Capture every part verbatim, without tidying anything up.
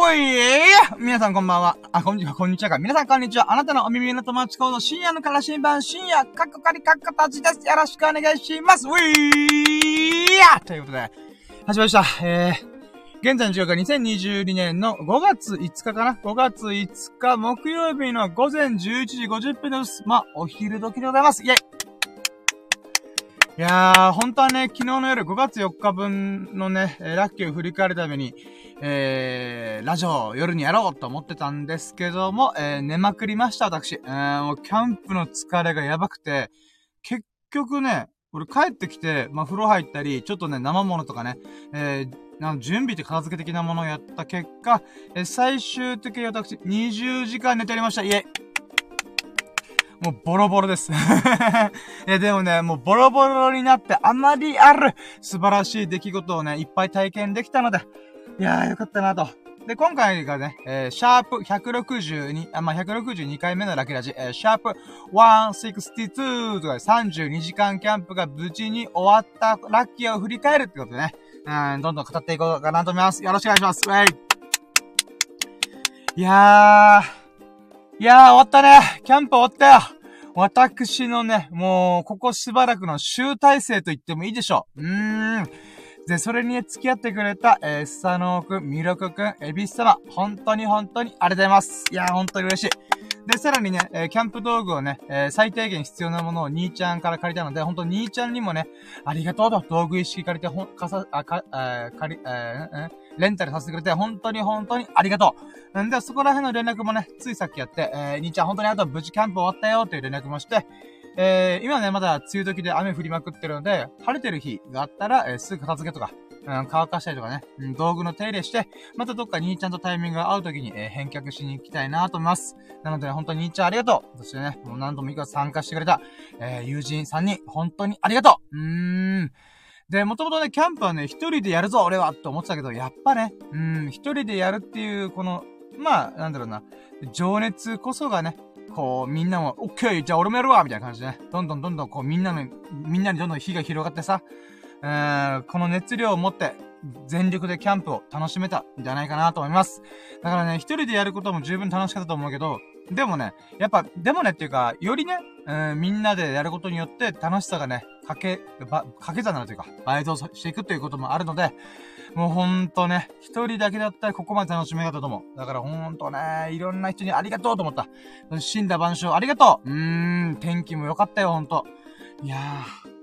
おい皆さんこんばんは。あ、こんにちは、こんにちはか。皆さんこんにちは。あなたのお耳の友達コード、深夜のから新版、深夜、カッコカリカッコタチです。よろしくお願いします。ウィーやということで、始まりました。えー、現在の時刻がにせんにじゅうにねんのごがついつかかな ?ご 月いつか木曜日の午前じゅういちじごじゅっぷんです。まあ、お昼時でございます。イェイいやー、本当はね、昨日の夜ごがつよっかぶんのね、ラッキーを振り返るために、えー、ラジオを夜にやろうと思ってたんですけども、えー、寝まくりました、私。えー、もうキャンプの疲れがやばくて、結局ね、俺帰ってきて、まあ、風呂入ったり、ちょっとね、生物とかね、えー、なん準備って片付け的なものをやった結果、えー、最終的に私、にじゅうじかん寝ておりました。イェイもうボロボロです。いやでもね、もうボロボロになってあまりある素晴らしい出来事をね、いっぱい体験できたので、いやーよかったなと。で、今回がね、えー、シャープひゃくろくじゅうに、あ、まあ、ひゃくろくじゅうにかいめのラキラジ、えー、シャープひゃくろくじゅうにとかさんじゅうにじかんキャンプが無事に終わったラッキーを振り返るってことでね、うん、どんどん語っていこうかなと思います。よろしくお願いします。ウェイいやー、いやー、終わったね。キャンプ終わったよ。私のね、もう、ここしばらくの集大成と言ってもいいでしょう。うーん。で、それに付き合ってくれた、えー、スサノーくん、ミロコくん、エビス様、本当に本当にありがとうございます。いやー、本当に嬉しい。で、さらにね、えー、キャンプ道具をね、えー、最低限必要なものを兄ちゃんから借りたので、本当に兄ちゃんにもね、ありがとうと、道具一式借りて、ほん、かさ、あ、か、えー、借り、えー、レンタルさせてくれて、本当に本当にありがとう。んで、そこら辺の連絡もね、ついさっきやって、えー、兄ちゃん本当にあと無事キャンプ終わったよっていう連絡もして、えー、今ね、まだ梅雨時で雨降りまくってるので、晴れてる日があったら、えー、すぐ片付けとか、うん、乾かしたりとかね、うん、道具の手入れして、またどっか兄ちゃんとタイミングが合う時に、えー、返却しに行きたいなと思います。なので、ね、本当に兄ちゃんありがとう。そしてね、もう何度もいいから参加してくれた、えー、友人さんにん、本当にありがとう。うーん。で、もともとね、キャンプはね、一人でやるぞ、俺はって思ってたけど、やっぱね、うん、一人でやるっていう、この、まあ、なんだろうな、情熱こそがね、こう、みんなも、オッケーじゃあ俺もやるわみたいな感じでね、どんどんどんどんこう、みんなの、みんなにどんどん火が広がってさ、えー、この熱量を持って、全力でキャンプを楽しめたんじゃないかなと思います。だからね、一人でやることも十分楽しかったと思うけど、でもね、やっぱ、でもねっていうか、よりね、えー、みんなでやることによって楽しさがね、かけ、ば、掛け算になるというか、倍増していくということもあるので、もうほんとね、一人だけだったらここまで楽しめなかったと思う。だからほんとね、いろんな人にありがとうと思った。死んだ晩鐘ありがとううーん、天気も良かったよ、ほんと。いやー。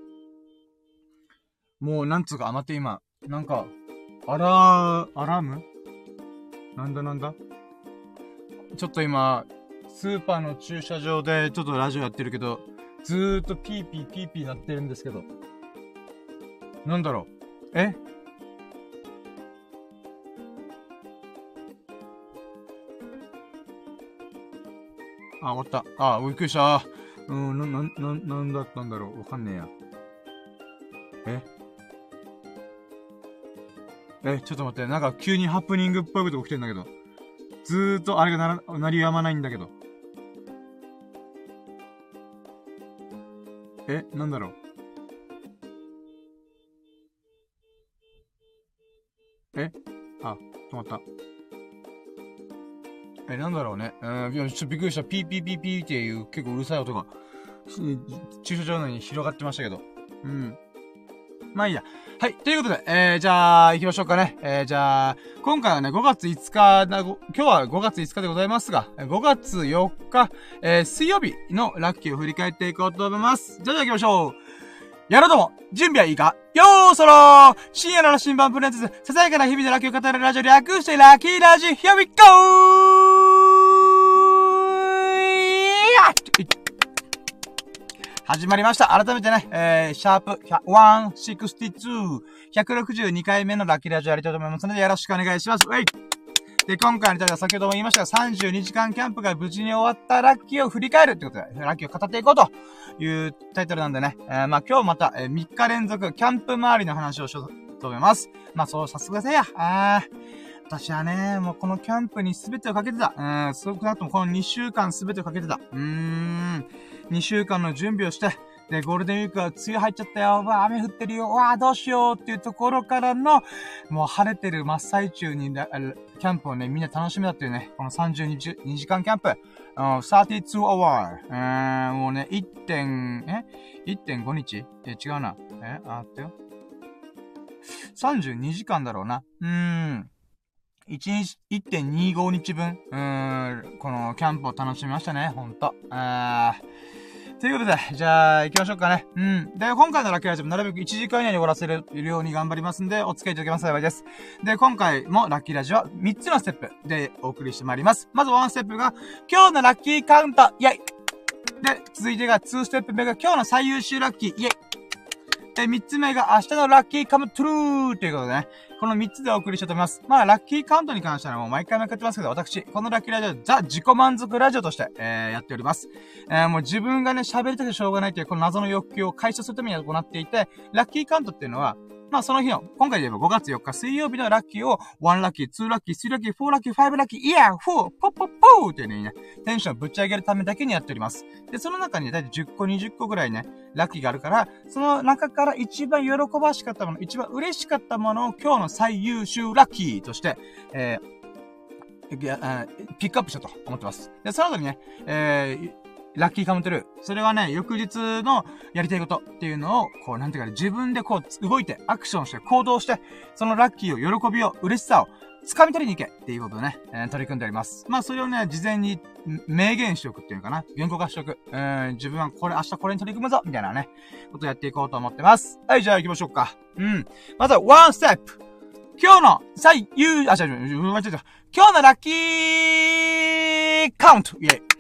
もうなんつうか、待って今、なんか、アラー、アラームなんだなんだちょっと今、スーパーの駐車場でちょっとラジオやってるけど、ずーっとピーピーピーピー鳴ってるんですけど。なんだろうえあ、終わった。あ、びっくりした。うん、な、な、な、なんだったんだろうわかんねえや。ええ、ちょっと待って。なんか急にハプニングっぽいこと起きてんだけど。ずーっとあれがなら、鳴りやまないんだけど。え、なんだろうえあ、止まった。え、なんだろうね。うん、いや、ちょっとびっくりした。ピーピーピーピーっていう結構うるさい音が、駐車場内に広がってましたけど。うん。まあいいや。はい。ということで、えー、じゃあ、行きましょうかね。えー、じゃあ、今回はね、ごがついつかな、今日はごがついつかでございますが、ごがつよっか、えー、水曜日のラッキーを振り返っていこうと思います。じゃあ、じゃあ行きましょう。やろうとも、準備はいいかよーそろー深夜の新版プレゼンツ、ささやかな日々のラッキーを語るラジオ略してラッキーラジ、Here we go! 始まりました。改めてね、えー、シャープひゃくろくじゅうに、ひゃくろくじゅうにかいめのラッキーラジオやりたいと思いますので、よろしくお願いします。ウェイで、今回のタイトルは先ほども言いましたが、さんじゅうにじかんキャンプが無事に終わったラッキーを振り返るってことで、ラッキーを語っていこうというタイトルなんでね、えー、まあ今日また、えー、みっか連続キャンプ周りの話をしようと思います。まあそうさせてくださいや。あー。私はね、もうこのキャンプに全てをかけてた。うん、すごくなくともこのにしゅうかん全てをかけてた。うーん。にしゅうかんの準備をして、 で、ゴールデンウィークは梅雨入っちゃったよ。うわ、雨降ってるよ。うわ、どうしようっていうところからの、もう晴れてる真っ最中に、キャンプをね、みんな楽しみだっていうね、このさんじゅうにじかんキャンプ。さんじゅうに hour。うーん、もうね、いってん、え ?いってんご 日え、違うな。えあったよ。さんじゅうにじかんだろうな。うーん。いちにち、いってんにじゅうご 日分、うーん、このキャンプを楽しみましたね、ほんと。あー。ということで、じゃあ、行きましょうかね。うん。で、今回のラッキーラジオもなるべくいちじかん以内に終わらせるように頑張りますんで、お付き合いいただけます幸いです。で、今回もラッキーラジオはみっつのステップでお送りしてまいります。まずワンステップが、今日のラッキーカウントイェイで、続いてがツーステップ目が今日の最優秀ラッキーイェイで、三つ目が明日のラッキーカムトゥルーということでね、この三つでお送りしたいと思います。まあ、ラッキーカウントに関してはもう毎回毎回やってますけど、私、このラッキーラジオ、ザ・自己満足ラジオとして、えー、やっております。えー、もう自分がね、喋りたくてしょうがないという、この謎の欲求を解消するために行っていて、ラッキーカウントっていうのは、まあその日の、今回で言えばごがつよっか水曜日のラッキーを、ワンラッキー、ツーラッキー、スリーラッキー、フォーラッキー、ファイブラッキー、イヤー、フォー、ポッポッポーっていう風にね、テンションをぶち上げるためだけにやっております。で、その中にだいたいじゅっこ、にじゅっこぐらいね、ラッキーがあるから、その中から一番喜ばしかったもの、一番嬉しかったものを今日の最優秀ラッキーとして、えー、いやピックアップしたと思ってます。で、その後にね、えー、ラッキーカムトゥルー。それはね、翌日のやりたいことっていうのを、こう、なんていうかね、自分でこう、動いて、アクションして、行動して、そのラッキーを、喜びを、嬉しさを、掴み取りに行けっていうことでね、えー、取り組んでおります。まあ、それをね、事前に、明言しておくっていうのかな。言語化しておく。えー、自分はこれ、明日これに取り組むぞみたいなね、ことをやっていこうと思ってます。はい、じゃあ行きましょうか。うん。まずは、ワンステップ。今日の最優、あ、違う違う、違う、違う、違う。今日のラッキーカウントイェイ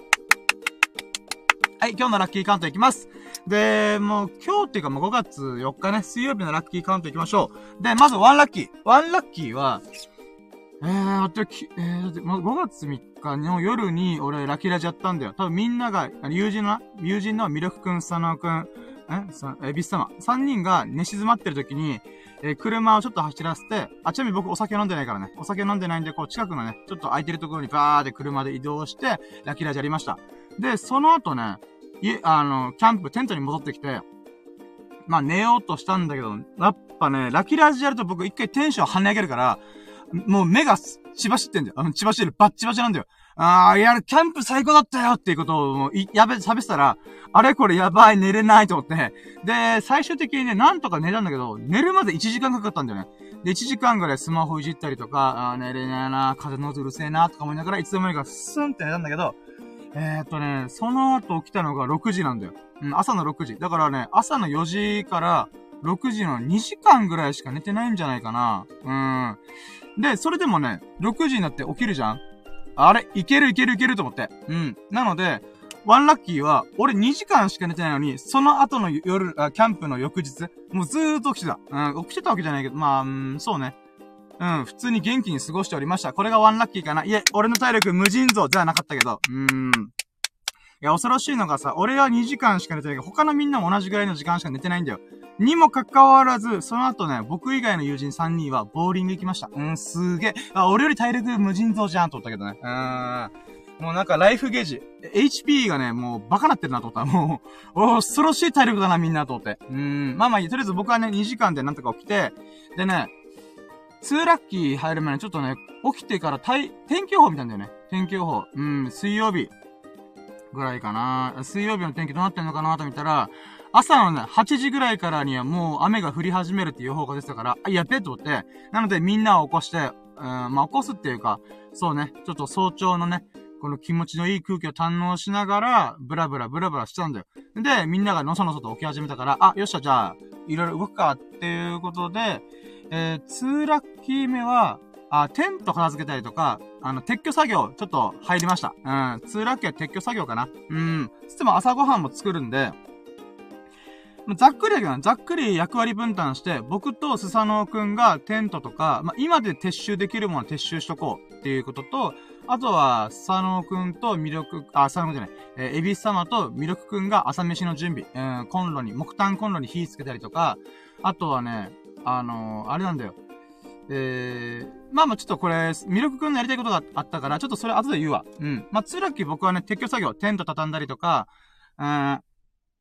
はい、今日のラッキーカウントいきます。で、もう今日っていうかもうごがつよっかね、水曜日のラッキーカウントいきましょう。で、まずワンラッキー。ワンラッキーは、えー、あと、えー、もうごがつみっかの夜に俺ラッキーラジやったんだよ。多分みんなが、友人の、友人のミルクくん、佐野くん、えさ、え、ビス様。さんにんが寝静まってる時に、えー、車をちょっと走らせて、あ、ちなみに僕お酒飲んでないからね。お酒飲んでないんで、こう近くのね、ちょっと空いてるところにバーって車で移動して、ラッキーラジやりました。で、その後ね、い、あの、キャンプ、テントに戻ってきて、まあ寝ようとしたんだけど、やっぱね、ラッキーラジやると僕一回テンション跳ね上げるから、もう目が血走ってんだよ。あの、血走る。バッチバチなんだよ。あー、いや、キャンプ最高だったよっていうことを、もう、やべ、喋ってたら、あれこれやばい、寝れないと思って。で、最終的にね、なんとか寝たんだけど、寝るまでいちじかんかかったんだよね。で、いちじかんぐらいスマホいじったりとか、あー、寝れないな、風の音うるせえな、とか思いながら、いつの間にかスンって寝たんだけど、えーっとね、その後起きたのがろくじなんだよ。うん、朝のろくじ。だからね、朝のよじからろくじのにじかんぐらいしか寝てないんじゃないかな。うん。で、それでもね、ろくじになって起きるじゃん？あれ、いけるいけるいけると思って。うん。なので、ワンラッキーは、俺にじかんしか寝てないのに、その後の夜、あキャンプの翌日、もうずーっと起きてた。うん、起きてたわけじゃないけど、まあ、うん、そうね。うん、普通に元気に過ごしておりました。これがワンラッキーかな。いえ、俺の体力無尽蔵ではなかったけど、うーん。いや、恐ろしいのがさ、俺はにじかんしか寝てないけど、他のみんなも同じぐらいの時間しか寝てないんだよ。にもかかわらず、その後ね、僕以外の友人さんにんはボーリング行きました。うん、すーげえ。あ、俺より体力無尽蔵じゃんと思ったけどね。うーん。もうなんかライフゲージ。エイチピー がね、もうバカなってるなと思った。もう、お恐ろしい体力だなみんなと思って。うーん。まあまあ、とりあえず僕はね、にじかんでなんとか起きて、でね、ツーラッキー入る前にちょっとね、起きてから天気予報見たんだよね。天気予報。うん、水曜日ぐらいかな。水曜日の天気どうなってんのかなと見たら、朝のね、はちじぐらいからにはもう雨が降り始めるっていう予報が出てたから、あ、やべえと思って。なのでみんなを起こして、うん、まあ起こすっていうか、そうね、ちょっと早朝のね、この気持ちのいい空気を堪能しながら、ブラブラブラブラしてたんだよ。で、みんながのそのそと起き始めたから、あ、よっしゃ、じゃあ、いろいろ動くかっていうことで、えー、ツーラッキー目は、あ、テント片付けたりとか、あの、撤去作業、ちょっと入りました。うん、ツーラッキーは撤去作業かな。うん。つっても朝ごはんも作るんで、ざっくりだけどな、ざっくり役割分担して、僕とスサノオくんがテントとか、まあ、今で撤収できるものは撤収しとこうっていうことと、あとは、スサノオくんとミルク、あ、スサノオくんじゃない、えー、エビス様とミルクくんが朝飯の準備、うん、コンロに、木炭コンロに火つけたりとか、あとはね、あのー、あれなんだよ。えー、まあまあちょっとこれ、ミルクくんのやりたいことがあったから、ちょっとそれ後で言うわ。うん。まあ、ツーラッキー僕はね、撤去作業、テント畳んだりとか、うん、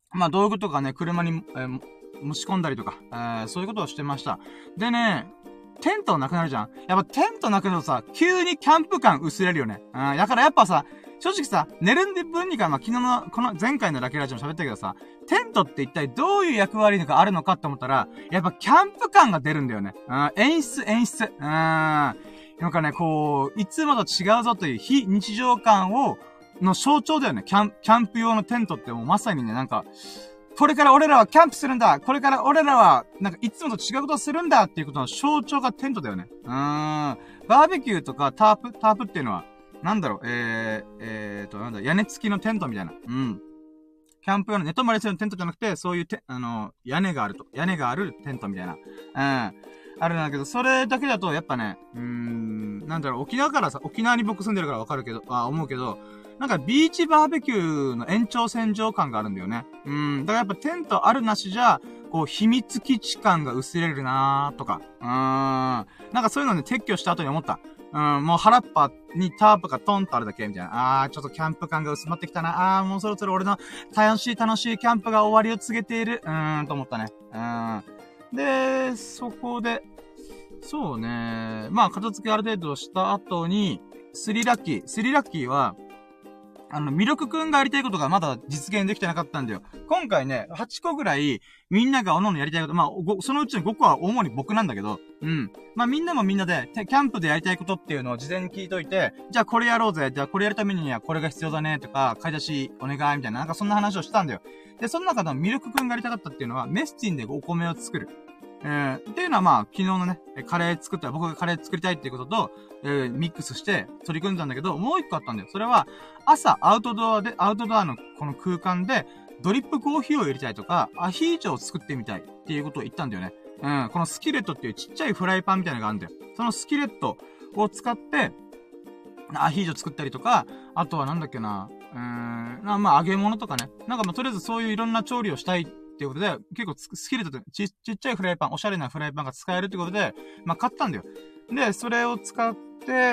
まあ、道具とかね、車に、えー、持ち込んだりとか、えー、そういうことをしてました。でね、テントなくなるじゃん。やっぱテントなくなるとさ、急にキャンプ感薄れるよね。うん、だからやっぱさ、正直さ、寝るんで分にか、まあ、昨日の、この前回のラケラジオも喋ったけどさ、テントって一体どういう役割があるのかって思ったら、やっぱキャンプ感が出るんだよね。うん、演出、演出。うん。なんかね、こう、いつもと違うぞという非日常感を、の象徴だよね。キャン、キャンプ用のテントってもうまさにね、なんか、これから俺らはキャンプするんだこれから俺らは、なんかいつもと違うことをするんだっていうことの象徴がテントだよね。うーん。バーベキューとかタープ、タープっていうのは、なんだろう、えー、えーと、なんだ、屋根付きのテントみたいな。うん。キャンプ用の寝泊まりするテントじゃなくて、そういうて、あの、屋根があると。屋根があるテントみたいな。うん。あるんだけど、それだけだと、やっぱね、うーん、なんだろう、沖縄からさ、沖縄に僕住んでるからわかるけど、あ、思うけど、なんかビーチバーベキューの延長線上感があるんだよね。うん。だからやっぱテントあるなしじゃ、こう、秘密基地感が薄れるなーとか。うーん。なんかそういうのね、撤去した後に思った。うん、もう腹っぱにタープがトンとあるだけみたいな。あー、ちょっとキャンプ感が薄まってきたな。あー、もうそろそろ俺の楽しい楽しいキャンプが終わりを告げている。うーん、と思ったね。うん。で、そこで、そうね。まあ、片付けある程度した後に、スリラッキー。スリラッキーは、あの、ミルクくんがやりたいことがまだ実現できてなかったんだよ。今回ね、はちこぐらい、みんながおのおのやりたいこと、まあ、そのうちのごこは主に僕なんだけど、うん。まあ、みんなもみんなで、キャンプでやりたいことっていうのを事前に聞いといて、じゃあこれやろうぜ、じゃあこれやるためにはこれが必要だね、とか、買い出しお願い、みたいな、なんかそんな話をしたんだよ。で、その中でもミルクくんがやりたかったっていうのは、メスティンでお米を作る。えー、っていうのはまあ、昨日のね、カレー作った、僕がカレー作りたいっていうことと、えー、ミックスして取り組んだんだけど、もう一個あったんだよ。それは、朝、アウトドアで、アウトドアのこの空間で、ドリップコーヒーを入れたいとか、アヒージョを作ってみたいっていうことを言ったんだよね。うん、このスキレットっていうちっちゃいフライパンみたいなのがあるんだよ。そのスキレットを使って、アヒージョ作ったりとか、あとはなんだっけな、うーん、まあ揚げ物とかね。なんかまあとりあえずそういういろんな調理をしたいっていうことで、結構スキレットってち、ちっちゃいフライパン、おしゃれなフライパンが使えるってことで、まあ買ったんだよ。で、それを使って、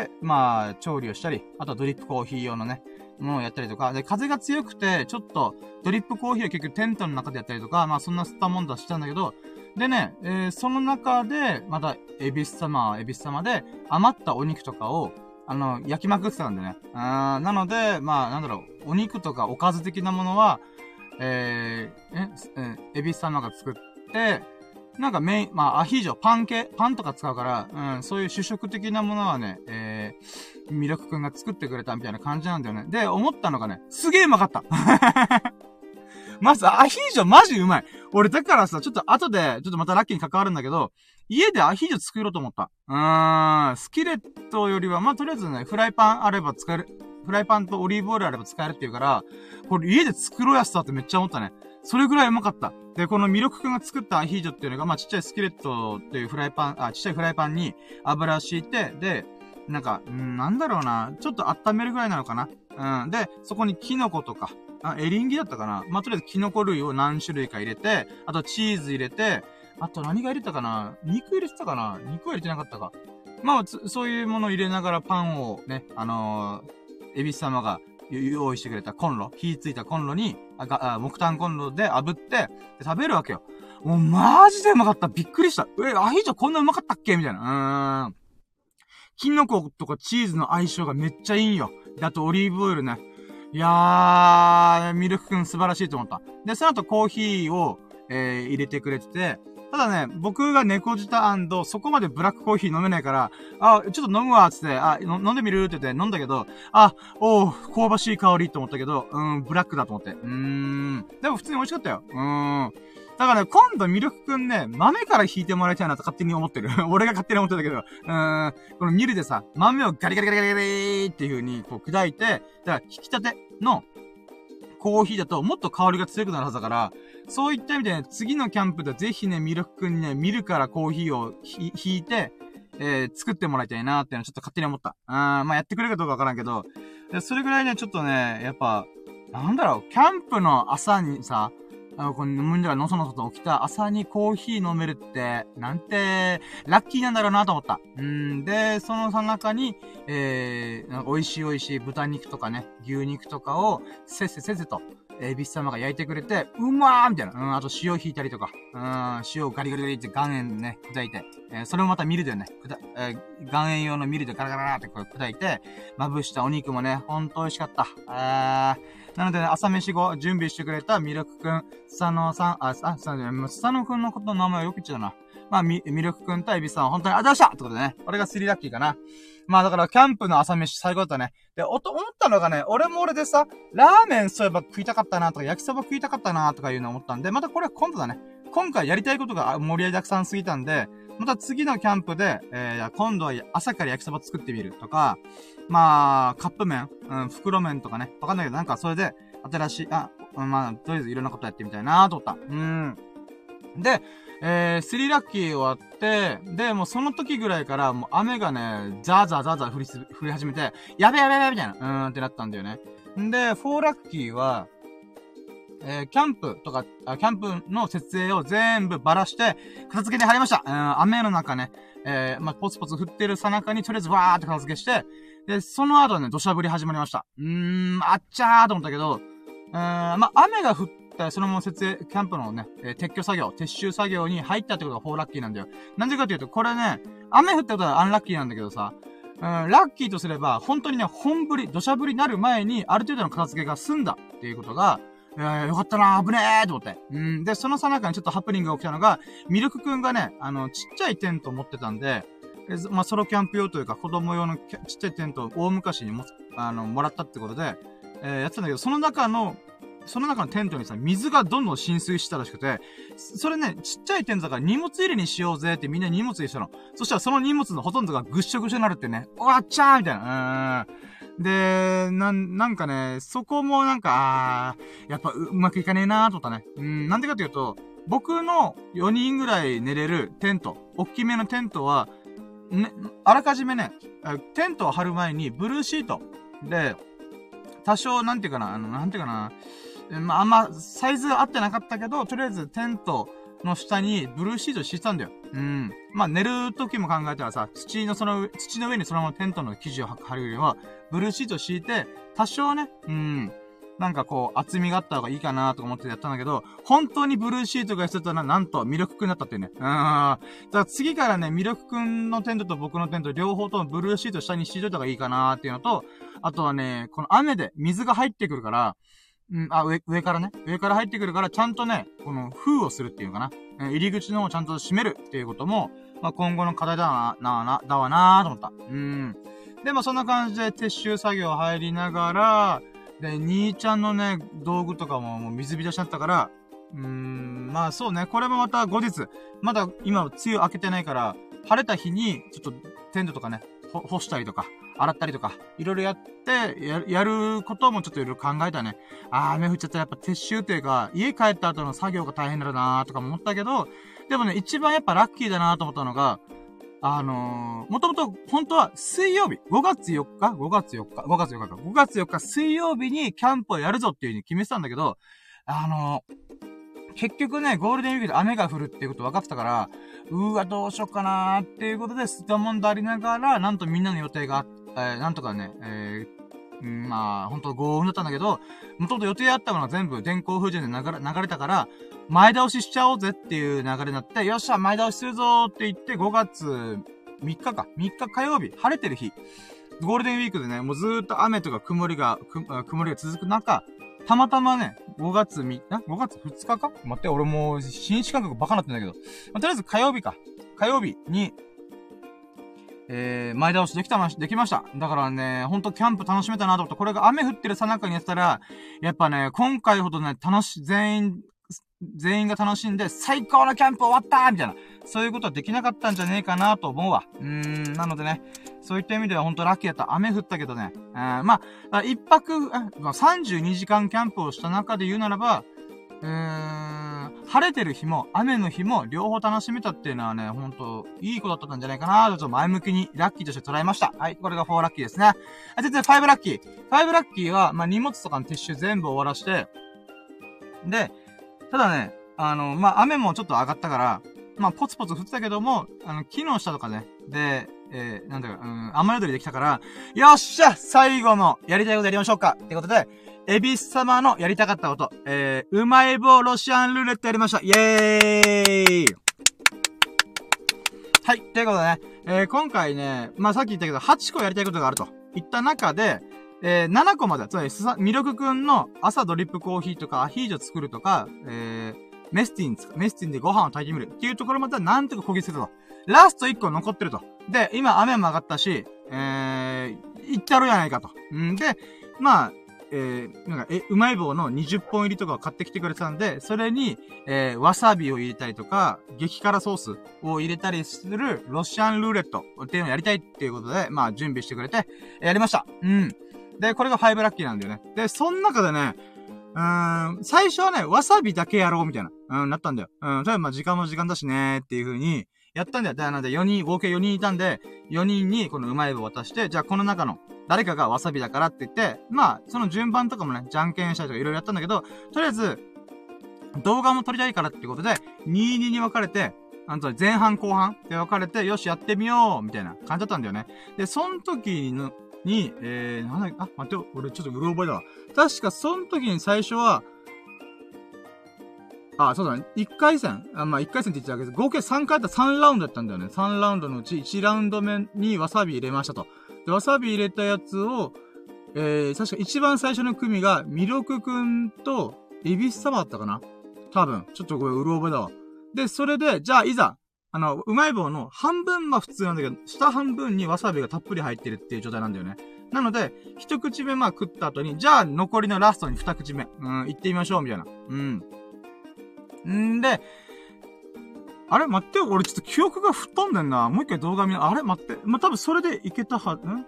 まあ調理をしたり、あとはドリップコーヒー用のね、ものをやったりとか、で、風が強くて、ちょっと、ドリップコーヒーを結局テントの中でやったりとか、まあそんな吸ったもんだしたんだけど、でね、えー、その中で、また、エビス様、エビス様で、余ったお肉とかを、あの、焼きまくってたんでね。あー、なので、まあ、なんだろう、お肉とかおかず的なものは、えー、え、え、エビス様が作って、なんかメイン、まあ、アヒージョ、パン系、パンとか使うから、うん、そういう主食的なものはね、えー、ミルクくんが作ってくれたみたいな感じなんだよね。で、思ったのがね、すげえうまかった。まず、アヒージョマジうまい。俺、だからさ、ちょっと後で、ちょっとまたラッキーに関わるんだけど、家でアヒージョ作ろうと思った。うーん、スキレットよりは、まあ、とりあえずね、フライパンあれば使える、フライパンとオリーブオイルあれば使えるっていうから、これ家で作ろうやすたってめっちゃ思ったね。それぐらいうまかった。で、このミルクくんが作ったアヒージョっていうのが、まあ、ちっちゃいスキレットっていうフライパン、あ、ちっちゃいフライパンに油を敷いて、で、なんか、んなんだろうな、ちょっと温めるぐらいなのかな。うん。で、そこにキノコとか、あ、エリンギだったかな。まあ、とりあえずキノコ類を何種類か入れて、あとチーズ入れて、あと何が入れたかな、肉入れてたかな、肉は入れてなかったか。まあ、そういうものを入れながらパンをね、あのー、エビス様が用意してくれたコンロ、火ついたコンロに、あがあ木炭コンロで炙って、で食べるわけよ。もうマジでうまかった。びっくりした。え、アヒージョこんなうまかったっけみたいな。うーん。キノコとかチーズの相性がめっちゃいいんよ。で、あとオリーブオイルね。いやー、ミルクくん素晴らしいと思った。で、その後コーヒーを、えー、入れてくれてて、ただね、僕が猫舌&そこまでブラックコーヒー飲めないから、あ、ちょっと飲むわ、つって、あ、飲んでみるって言って飲んだけど、あ、おう、香ばしい香りって思ったけど、うん、ブラックだと思って。うーん。でも普通に美味しかったよ。うーん。だからね、今度ミルクくんね、豆から引いてもらいたいなと勝手に思ってる。俺が勝手に思ってたけど、うーん、このミルでさ、豆をガリガリガリガリガリっていう風にこう砕いて、だから引き立てのコーヒーだともっと香りが強くなるはずだから、そういった意味でね、次のキャンプでぜひね、ミルクくんにね、ミルからコーヒーを引いて、えー、作ってもらいたいなーっていうのはちょっと勝手に思った。あー、まあ、やってくれるかどうかわからんけど、それぐらいね、ちょっとね、やっぱ、なんだろう、キャンプの朝にさ、あの、この、みんながのそのそと起きた朝にコーヒー飲めるって、なんて、ラッキーなんだろうなと思った。うんで、そのさ中に、えー、美味しい美味しい豚肉とかね、牛肉とかを、せっせせっせと、 エビス様が焼いてくれて、うまーみたいな。うん、あと塩引いたりとか、うん、塩をガリガリガリって岩塩ね、砕いて、えー、それもまたミルでね、くだ、えー、岩塩用のミルでガラガラガラってこう砕いて、まぶしたお肉もね、ほんと美味しかった。えー、なのでね、朝飯後、準備してくれたミルクくん、スサノさん、あ、あ、スサノくんのことの名前をよく言っちゃうな。まあ、み、ミルクくんとエビさんは本当にありがとうございましたってことでね。これがスリーラッキーかな。まあだから、キャンプの朝飯最高だったね。で、おと、思ったのがね、俺も俺でさ、ラーメンそういえば食いたかったなとか、焼きそば食いたかったなとかいうのを思ったんで、またこれは今度だね。今回やりたいことが盛り上げたくさんすぎたんで、また次のキャンプで、えー、今度は朝から焼きそば作ってみるとか、まあ、カップ麺、うん、袋麺とかね。わかんないけど、なんかそれで、新しい、あ、まあ、とりあえずいろんなことやってみたいなと思った。うん。で、えー、スリーラッキー終わって、で、もうその時ぐらいから、もう雨がね、ザーザーザーザー降りす、降り始めて、やべやべやべみたいな、うーんってなったんだよね。んで、フォーラッキーは、えー、キャンプとか、あキャンプの設営を全部ばらして、片付けに入りました。うん、雨の中ね、えー、まあ、ポツポツ降ってるさなかに、とりあえずわーって片付けして、で、その後ね、土砂降り始まりました。うーん、あっちゃーと思ったけど、うーん、まあ、雨が降って、そのまま設営、キャンプのね、えー、撤去作業、撤収作業に入ったってことがフォーラッキーなんだよ。なんでかっていうと、これね、雨降ったことはアンラッキーなんだけどさ、うん、ラッキーとすれば、本当にね、本降り、土砂降りになる前に、ある程度の片付けが済んだっていうことが、えー、よかったなー、危ねーと思って。うん、で、そのさなかにちょっとハプニングが起きたのが、ミルクくんがね、あの、ちっちゃいテントを持ってたんで、えー、まあ、ソロキャンプ用というか、子供用のちっちゃいテントを大昔にも、あの、もらったってことで、えー、やってたんだけど、その中の、その中のテントにさ、水がどんどん浸水したらしくて、それね、ちっちゃいテントだから荷物入れにしようぜってみんな荷物入れしたの。そしたらその荷物のほとんどがぐっしょぐしょになるってね、おわっちゃーみたいな。うーん。で、なん、なんかね、そこもなんか、あー、やっぱう、うまくいかねえなーと思ったね。うん、なんでかというと、僕のよにんぐらい寝れるテント、大きめのテントは、ね、あらかじめね、テントを張る前にブルーシートで、多少なんていうかな、あの、なんていうかな、まあ、あんま、サイズ合ってなかったけど、とりあえずテントの下にブルーシート敷いてたんだよ。うん。まあ、寝る時も考えたらさ、土のその、土の上にそのままテントの生地を貼るよりは、ブルーシート敷いて、多少ね、うん。なんかこう、厚みがあった方がいいかなとか思ってやったんだけど、本当にブルーシートが必要だったら、なんと、ミルクくんだったってね。うん。だから次からね、ミルクくんのテントと僕のテント、両方ともブルーシート下に敷いといた方がいいかなっていうのと、あとはね、この雨で水が入ってくるから、うん、あ、上、上からね。上から入ってくるから、ちゃんとね、この、封をするっていうかな。えー、入り口の方をちゃんと閉めるっていうことも、まあ、今後の課題だな、な、な、だわなーと思った。うん。で、まあ、そんな感じで撤収作業入りながら、で、兄ちゃんのね、道具とかももう水浸しだったから、うーん、まあそうね、これもまた後日、まだ今、梅雨明けてないから、晴れた日に、ちょっと、テントとかね、ほ、干したりとか、洗ったりとか、いろいろやって、や、やることもちょっといろいろ考えたね。あー、雨降っちゃったらやっぱ撤収というか、家帰った後の作業が大変だなーとかも思ったけど、でもね、一番やっぱラッキーだなーと思ったのが、あのー、もともと、本当は水曜日、ごがつよっか ?ごがつよっか ?ごがつよっかか。ごがつよっか水曜日にキャンプをやるぞっていう風に決めてたんだけど、あのー、結局ね、ゴールデンウィークで雨が降るっていうこと分かってたから、うーわ、どうしよっかなーっていうことで、スタモンドありながら、なんとみんなの予定が、えー、なんとかね、えー、んまあ、ほんと豪運だったんだけど、もともと予定あったものが全部電光風神で流れ、流れたから、前倒ししちゃおうぜっていう流れになって、よっしゃ、前倒しするぞーって言って、ごがつみっかか。みっか火曜日、晴れてる日。ゴールデンウィークでね、もうずーっと雨とか曇りが、く、曇りが続く中、たまたまね、ごがつみ、あ ?ご 月ふつかか待って、俺もう、新視感覚バカなってんだけど。まあ、とりあえず火曜日か。火曜日に、えー、前倒しできたま、できました。だからね、ほんとキャンプ楽しめたなと思って、これが雨降ってるさなかにやったら、やっぱね、今回ほどね、楽し、全員、全員が楽しんで、最高のキャンプ終わったーみたいな。そういうことはできなかったんじゃねえかなと思うわ。うーん、なのでね、そういった意味ではほんとラッキーだった。雨降ったけどね。あまあ、一泊、さんじゅうにじかんキャンプをした中で言うならば、うーん、晴れてる日も、雨の日も、両方楽しめたっていうのはね、ほんと、いいことだったんじゃないかなと、ちょっと前向きに、ラッキーとして捉えました。はい、これがよんラッキーですね。あ、全然ごラッキー。ごラッキーは、まあ、荷物とかの撤収全部終わらして、で、ただね、あの、まあ、雨もちょっと上がったから、まあ、ポツポツ降ってたけども、あの、木の下とかね、で、えー、なんだか、うん、雨宿りできたから、よっしゃ最後のやりたいことやりましょうかってことで、 エビス様のやりたかったこと、えー、うまい棒ロシアンルーレットやりました。イエーイ。はい、ということでね、えー、今回ね、まあ、さっき言ったけど、はちこやりたいことがあると言った中で、えー、ななこまで、つまり、ミルクくんの朝ドリップコーヒーとかアヒージョ作るとか、えー、メスティン、メスティンでご飯を炊いてみるっていうところまではなんとかこぎつけたと。ラストいっこ残ってると。で、今雨も上がったし、えー、行ったろやないかと。んで、まあ、えー、なんか、え、うまい棒のにじゅっぽん入りとかを買ってきてくれてたんで、それに、えー、わさびを入れたりとか、激辛ソースを入れたりするロシアンルーレットっていうのをやりたいっていうことで、まあ、準備してくれて、やりました。うん。で、これがファイブラッキーなんだよね。で、その中でね、うーん、最初はね、わさびだけやろうみたいな、うん、なったんだよ。うん、ただまあ時間も時間だしねーっていう風に、やったんだよ。で、なんでよにん、合計よにんいたんで、よにんにこのうまい棒を渡して、じゃあこの中の誰かがわさびだからって言って、まあ、その順番とかもね、じゃんけんしたりとかいろいろやったんだけど、とりあえず、動画も撮りたいからってことで、ににに分かれて、あの、前半後半で分かれて、よし、やってみようみたいな感じだったんだよね。で、その時の、に、えー、なんだっけ、あ、待ってよ、俺ちょっとうろ覚えだわ。確かその時に最初は、あ、そうだね。いっかい戦あ、まあ、いっかい戦って言ってたわけです。合計さんかいあったさんラウンドだったんだよね。さんラウンドのうちいちラウンド目にわさび入れましたと。で、わさび入れたやつを、えー、確か一番最初の組が、ミルクくんと、エビス様だったかな多分。ちょっとこれ、うろ覚えだわ。で、それで、じゃあ、いざ、あの、うまい棒の半分は普通なんだけど、下半分にわさびがたっぷり入ってるっていう状態なんだよね。なので、一口目まあ食った後に、じゃあ残りのラストに二口目、うん、行ってみましょう、みたいな。うん。んで、あれ待ってよ、俺ちょっと記憶が吹っ飛んでんな。もう一回動画見な、あれ待って。まあ、多分それでいけたは、ん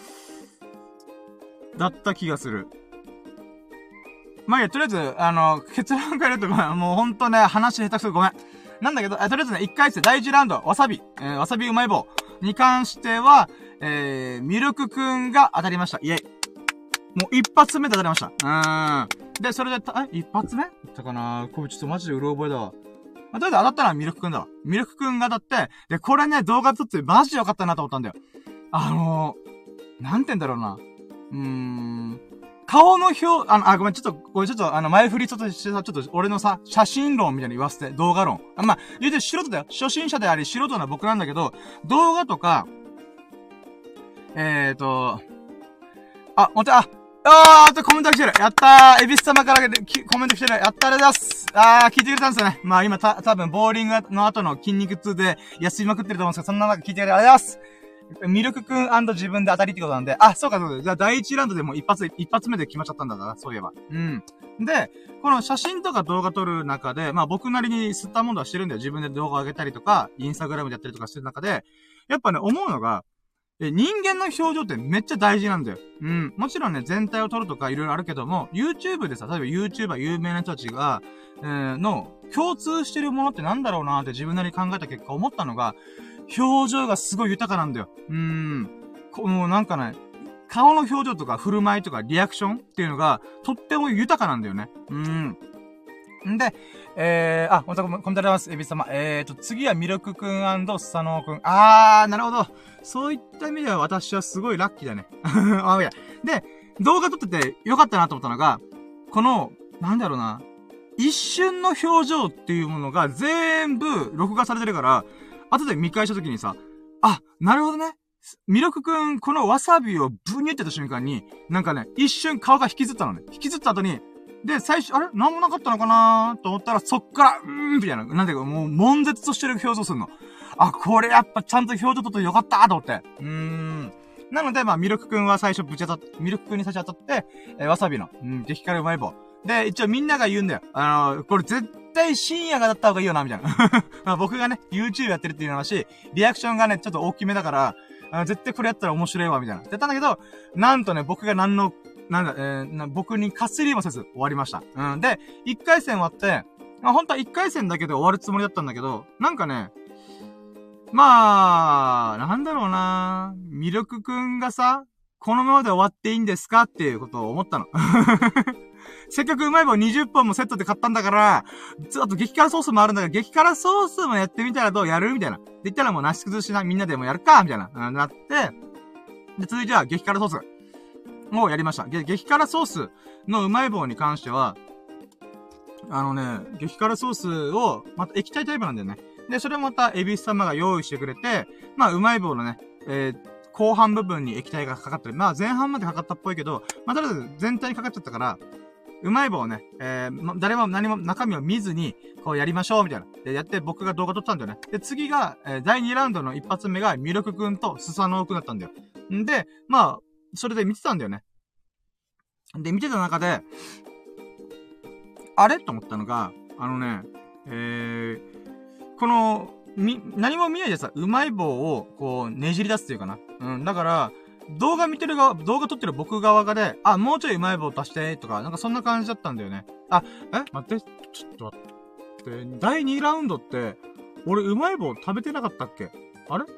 だった気がする。まあいいや、とりあえず、あの、結論から言うとごめん。もうほんとね、話下手くそごめん。なんだけど、とりあえずね、一回戦、第一ラウンド、わさび、えー、わさびうまい棒に関しては、えー、ミルクくんが当たりました。イェイ。もう一発目で当たりました。うーん。で、それで、え、一発目だったかなこれちょっとマジでうろ覚えだわ。まあ、とりあえず当たったのはミルクくんだわ。ミルクくんが当たって、で、これね、動画撮ってマジでよかったなと思ったんだよ。あのー、なんて言うんだろうな。うーん。顔の表、あの、あ、ごめん、ちょっと、これちょっと、あの、前振りちょっとしてさ、ちょっと、俺のさ、写真論みたいに言わせて、動画論。あまあ、言うて素人だよ。初心者であり、素人な僕なんだけど、動画とか、えーと、あ、もて、あ、あーっとコメント来てる。やったー。エビス様からコメント来てる。やったー、ありがとうございます。あー、聞いてくれたんですよね。まあ今た、多分ボーリングの後の筋肉痛で休みまくってると思うんですけど、そんな中聞いてくれてありがとうございます。ミルクくん&自分で当たりってことなんで、あ、そうかそうか。じゃあ第一ラウンドでもう一発、一発目で決まっちゃったんだな、そういえば。うん。で、この写真とか動画撮る中で、まあ僕なりに吸ったものはしてるんだよ。自分で動画上げたりとか、インスタグラムでやったりとかしてる中で、やっぱね、思うのが、え、人間の表情ってめっちゃ大事なんだよ。うん。もちろんね、全体を撮るとかいろいろあるけども、YouTube でさ、例えば YouTuber 有名な人たちが、えー、の、共通してるものってなんだろうなーって自分なりに考えた結果思ったのが、表情がすごい豊かなんだよ。うーん。こもうなんかね、顔の表情とか振る舞いとかリアクションっていうのが、とっても豊かなんだよね。うーん。んで、えー、あ、ほんと、コメントありがとうございます。エビ様。えーと、次はミルクくん&スサノーくん。あー、なるほど。そういった意味では私はすごいラッキーだね。あ、いや。で、動画撮っててよかったなと思ったのが、この、なんだろうな。一瞬の表情っていうものが全部録画されてるから、後で見返した時にさ、あ、なるほどね。ミルクくん、このわさびをブニュってた瞬間に、なんかね、一瞬顔が引きずったのね。引きずった後に、で、最初、あれなんもなかったのかなーと思ったら、そっから、うーん、みたいな、なんていうか、もう、悶絶としてる表情するの。あ、これやっぱちゃんと表情撮ってよかったーと思って。うーん。なので、まあ、ミルクくんは最初ぶち当たって、ミルクくんに最初当たって、えー、わさびの、うん、激辛うまい棒。で、一応みんなが言うんだよ。あのー、これ絶対深夜がだった方がいいよな、みたいな。まあ、僕がね、YouTube やってるっていうのはし、リアクションがね、ちょっと大きめだから、あ絶対これやったら面白いわ、みたいな。って言ったんだけど、なんとね、僕が何の、なんだ、えー、な僕にかすりもせず終わりました。うん。で、一回戦終わって、まあ、本当は一回戦だけで終わるつもりだったんだけど、なんかね、まあ、なんだろうなミルクくんがさ、このままで終わっていいんですかっていうことを思ったの。せっかくうまい棒にじゅっぽんもセットで買ったんだから、あと激辛ソースもあるんだから、激辛ソースもやってみたらどうやるみたいな。で言ったらもうなし崩しな、みんなでもやるかみたいな、なって、で、続いては激辛ソース。 をやりました。で、激辛ソースのうまい棒に関しては、あのね、激辛ソースを、また液体タイプなんだよね。で、それをまた、エビス様が用意してくれて、まあ、うまい棒のね、えー、後半部分に液体がかかってる。まあ、前半までかかったっぽいけど、まあ、とりあえず全体にかかっちゃったから、うまい棒をね、えー、ま、誰も何も中身を見ずに、こうやりましょう、みたいな。で、やって僕が動画撮ったんだよね。で、次が、えー、だいにラウンドの一発目が、ミルクくんとスサノオくんだったんだよ。んで、まあ、それで見てたんだよね。で、見てた中で、あれと思ったのが、あのね、えー、この、み、何も見ないでさ、うまい棒を、こう、ねじり出すっていうかな。うん、だから、動画見てる側、動画撮ってる僕側がで、あ、もうちょいうまい棒足して、とか、なんかそんな感じだったんだよね。あ、え待って、ちょっと待って。だいにラウンドって、俺うまい棒食べてなかったっけ？あれ？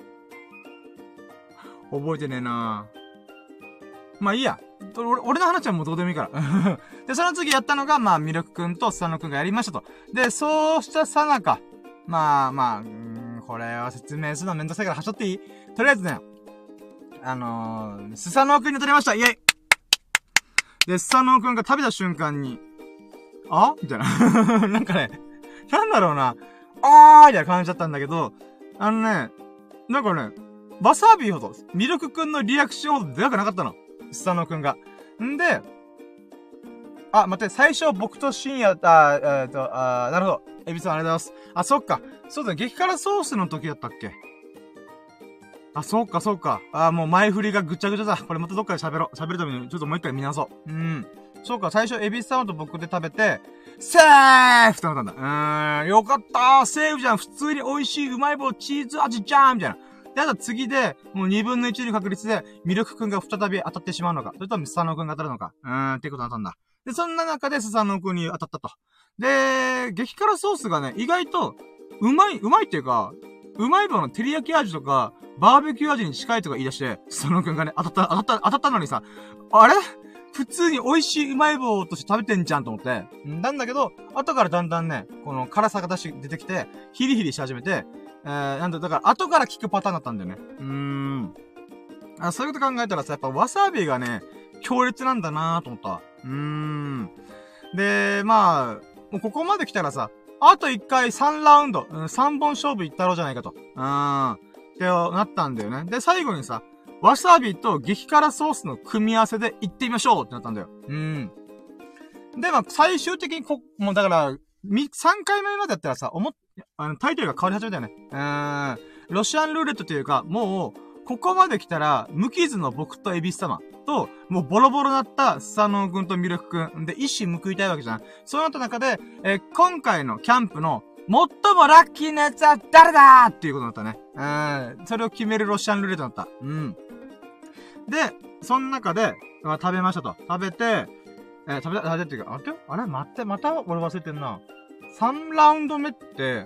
覚えてねえなぁ。まあいいや。俺、俺の話はもうどうでもいいから。で、その次やったのが、まあ、ミルクくんとスサノくんがやりましたと。で、そうしたさなか。まあまあ、うーん、これは説明するのめんどくさいからはしょっていい？とりあえずね、あのー、スサノくんに取れましたイェイで、スサノくんが食べた瞬間に、あみたいな。なんかね、なんだろうな、あーみたいな感じだったんだけど、あのね、なんかね、わさびほど、ミルクくんのリアクションほどでかくなかったの。スサノくんが。んで、あ、待って、最初僕と深夜、あ、えっと、あ、なるほど。エビさんありがとうございます。あ、そっか。そうだ、激辛ソースの時だったっけ？あ、そうか、そうか。あ、もう前振りがぐちゃぐちゃだ。これまたどっかで喋ろう。喋るために、ちょっともう一回見直そう。うん。そうか、最初、エビス様と僕で食べて、セーフってなったんだ。うーん、よかったー、セーフじゃん。普通に美味しいうまい棒チーズ味じゃんみたいな。で、あと次で、もう二分の一の確率で、ミルクくんが再び当たってしまうのか。それともスサノオくんが当たるのか。うーん、っていうことだったんだ。で、そんな中でスサノオくんに当たったと。で、激辛ソースがね、意外と、うまい、うまいっていうか、うまい棒の照り焼き味とか、バーベキュー味に近いとか言い出して、スサノオくんがね、当たった、当たった、当たったのにさ、あれ普通に美味しいうまい棒として食べてんじゃんと思って。なんだけど、後からだんだんね、この辛さが出し、出てきて、ヒリヒリし始めて、えー、なんだ、だから後から効くパターンだったんだよね。うーん。あ、そういうこと考えたらさ、やっぱわさびがね、強烈なんだなーと思った。うーん。で、まあ、もうここまで来たらさ、あと一回さんラウンド、うん、さんぼん勝負いったろうじゃないかと。うーん。ってなったんだよね。で、最後にさ、わさびと激辛ソースの組み合わせで行ってみましょうってなったんだよ。うん。で、まあ、最終的にこ、もうだから、み、さんかいめまでやったらさ、思っ、あの、タイトルが変わり始めたよね。うーん。ロシアンルーレットというか、もう、ここまで来たら、無傷の僕とエビス様と、もうボロボロだったスサノオくんとミルクくんで一矢報いたいわけじゃん。そうなった中で、えー、今回のキャンプの最もラッキーなやつは誰だーっていうことだったね。うん。それを決めるロシアンルーレットだった。うん。で、その中で、まあ、食べましたと。食べて、えー、食べた、食べたっていうか、あれあれ待って、また俺忘れてんな。さんラウンド目って、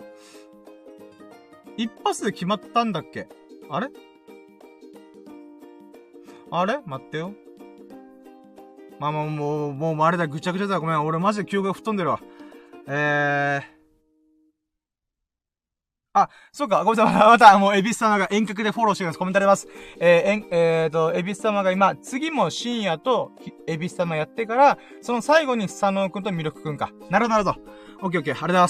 一発で決まったんだっけ？あれあれ待ってよ。まあもう、もう、もう、あれだ、ぐちゃぐちゃだ。ごめん、俺マジで記憶が吹っ飛んでるわ。えー。あ、そうか、ごめんなさい。また、もう、エビス様が遠隔でフォローしてくれます。コメントあります。えー、えん、えーと、エビス様が今、次も深夜と、エビス様やってから、その最後にスサノオくんとミルクくんか。なるほど、なるほど。オッケーオッケー、ありがとうございます。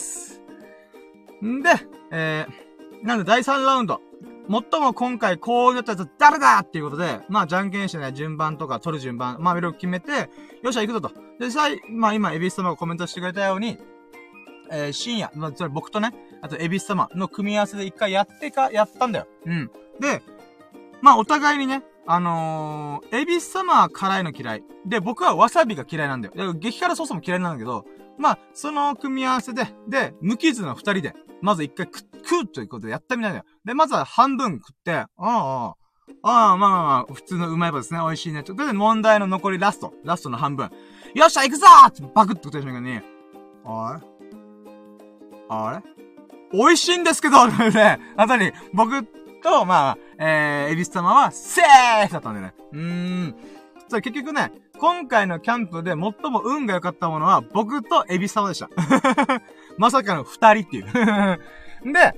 んで、えー、なんでだいさんラウンド。最も今回こうなったやつ誰だっていうことで、まあ、じゃんけんしてね、順番とか取る順番、まあ、いろいろ決めて、よっしゃ、行くぞと。で、さい、まあ、今、エビス様がコメントしてくれたように、えー、深夜、まあ、それ僕とね、あと、エビス様の組み合わせで一回やってか、やったんだよ。うん。で、まあ、お互いにね、あのー、エビス様は辛いの嫌い。で、僕はわさびが嫌いなんだよ。で、激辛ソースも嫌いなんだけど、まあ、その組み合わせで、で、無傷の二人で、まず一回食うということでやったみたいだよ。で、まずは半分食って、ああ、ああ、まあまあまあ、普通のうまい棒ですね。美味しいね。ということで、問題の残りラスト。ラストの半分。よっしゃ、行くぞーってバクッと食った瞬間に、あれあれ美味しいんですけど、ね、後に、僕と、まあ、えー、エビス様は、セーフだったんだよね。うーん。それ結局ね、今回のキャンプで最も運が良かったものは、僕とエビス様でした。まさかの二人っていう。で、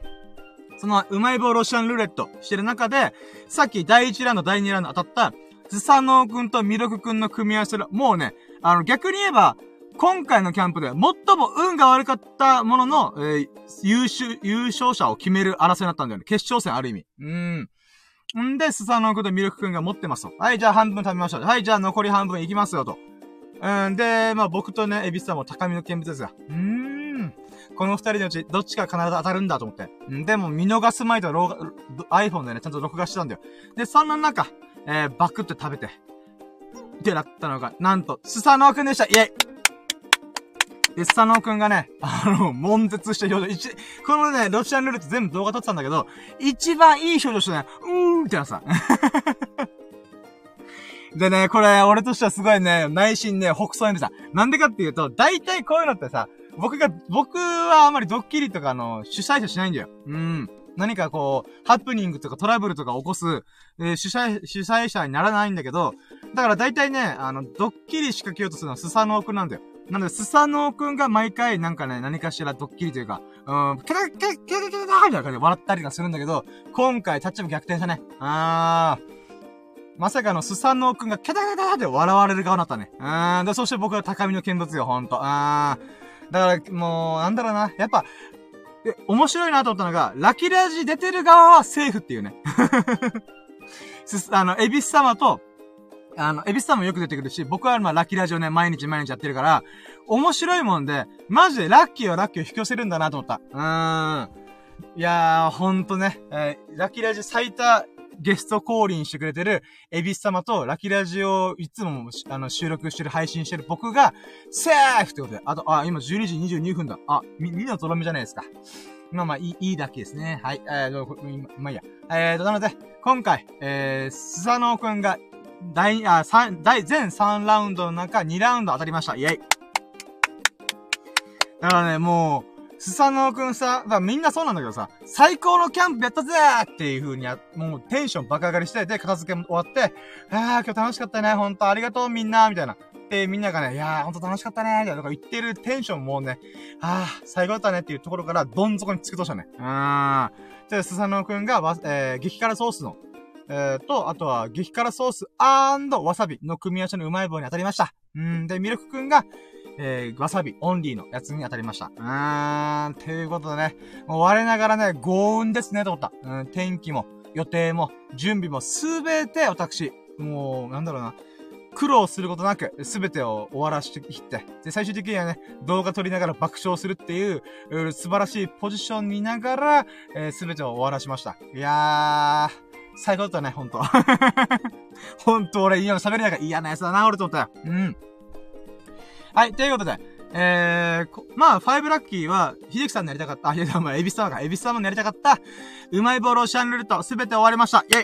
その、うまい棒ロシアンルーレットしてる中で、さっきだいいちラウンド、だいにラウンド当たった、 スサノオくんとミルクくんの組み合わせる、もうね、あの、逆に言えば、今回のキャンプで最も運が悪かったものの、えー、優秀、優勝者を決める争いになったんだよね。決勝戦ある意味。うーん。んで、スサノオくんとミルクくんが持ってますと。はい、じゃあ半分食べましょう。はい、じゃあ残り半分いきますよと。うん、で、まあ僕とね、エビスさんも高みの見物ですが。うーん。この二人のうち、どっちか必ず当たるんだと思って。んでも見逃すまいと iPhone でね、ちゃんと録画してたんだよ。で、そんな中、えー、バクって食べて。ってなったのが、なんと、スサノオくんでした。イェイで、スサノオくんがね、あの、悶絶した表情、一、このね、ロシアンルーレット全部動画撮ってたんだけど、一番いい表情してね、うーんってなさ。でね、これ、俺としてはすごいね、内心ね、北総園でさ、なんでかっていうと、大体こういうのってさ、僕が、僕はあんまりドッキリとかの主催者しないんだよ。うん。何かこう、ハプニングとかトラブルとか起こす、えー、主催、主催者にならないんだけど、だから大体ね、あの、ドッキリ仕掛けようとするのはスサノオくんなんだよ。なので、スサノオくんが毎回なんかね、何かしらドッキリというか、うん、ケラケラケラケラケラみたいな感じで笑ったりがするんだけど、今回タッチも逆転したね。あー。まさかのスサノオくんがケタケタって笑われる側だったね。うーん。で、そして僕は高みの見物よ、ほんと。あー。だから、もう、なんだろうな。やっぱ、え、面白いなと思ったのが、ラキラジ出てる側はセーフっていうね。す、あの、エビス様と、あの、エビス様もよく出てくるし、僕はまあ、ラッキーラジオね、毎日毎日やってるから、面白いもんで、マジでラッキーはラッキーを引き寄せるんだなと思った。うーん。いやー、ほんとね、えー、ラッキーラジ最多ゲスト降臨してくれてるエビス様と、ラッキーラジをいつも、あの、収録してる、配信してる僕が、セーフってことで、あと、あ、今じゅうにじにじゅうにふんだ。あ、み、みんなのとろみじゃないですか。まあまあ、いい、いいだけですね。はい。えー、まあいいや。えーと、なので、今回、えー、スサノオくんが、第、あ、三、第、全さんラウンドの中、にラウンド当たりました。イェイ。だからね、もう、スサノオくんさ、まあみんなそうなんだけどさ、最高のキャンプやったぜーっていう風にや、もうテンション爆上がりして、で、片付けも終わって、あー、今日楽しかったね、ほんとありがとうみんな、みたいな。で、みんながね、いやー、ほんと楽しかったねー、みたいなとか言ってるテンションもね、あー、最高だったねっていうところから、どん底に突き通したね。うーん。で、スサノオくんが、わ、えー、激辛ソースの、えーと、あとは、激辛ソース&わさびの組み合わせのうまい棒に当たりました。うん。で、ミルクくんが、えー、わさびオンリーのやつに当たりました。うーん。ということでね、もう我ながらね、幸運ですね、と思った。うん。天気も、予定も、準備もすべて私、もう、なんだろうな。苦労することなく、すべてを終わらしていって、で、最終的にはね、動画撮りながら爆笑するっていう、う素晴らしいポジションにながら、えー、すべてを終わらしました。いやー、最高だったね、ほんと。ほんと俺、今喋れないから嫌なやつだな、俺と思ったよ。うん。はい、ということで、えー、まあ、ファイブラッキーは、秀樹さんのやりたかった、あ、いや、まあ、エビス様か、エビス様のやりたかった、うまい棒ロシアンルーレット、すべて終わりました。イェイ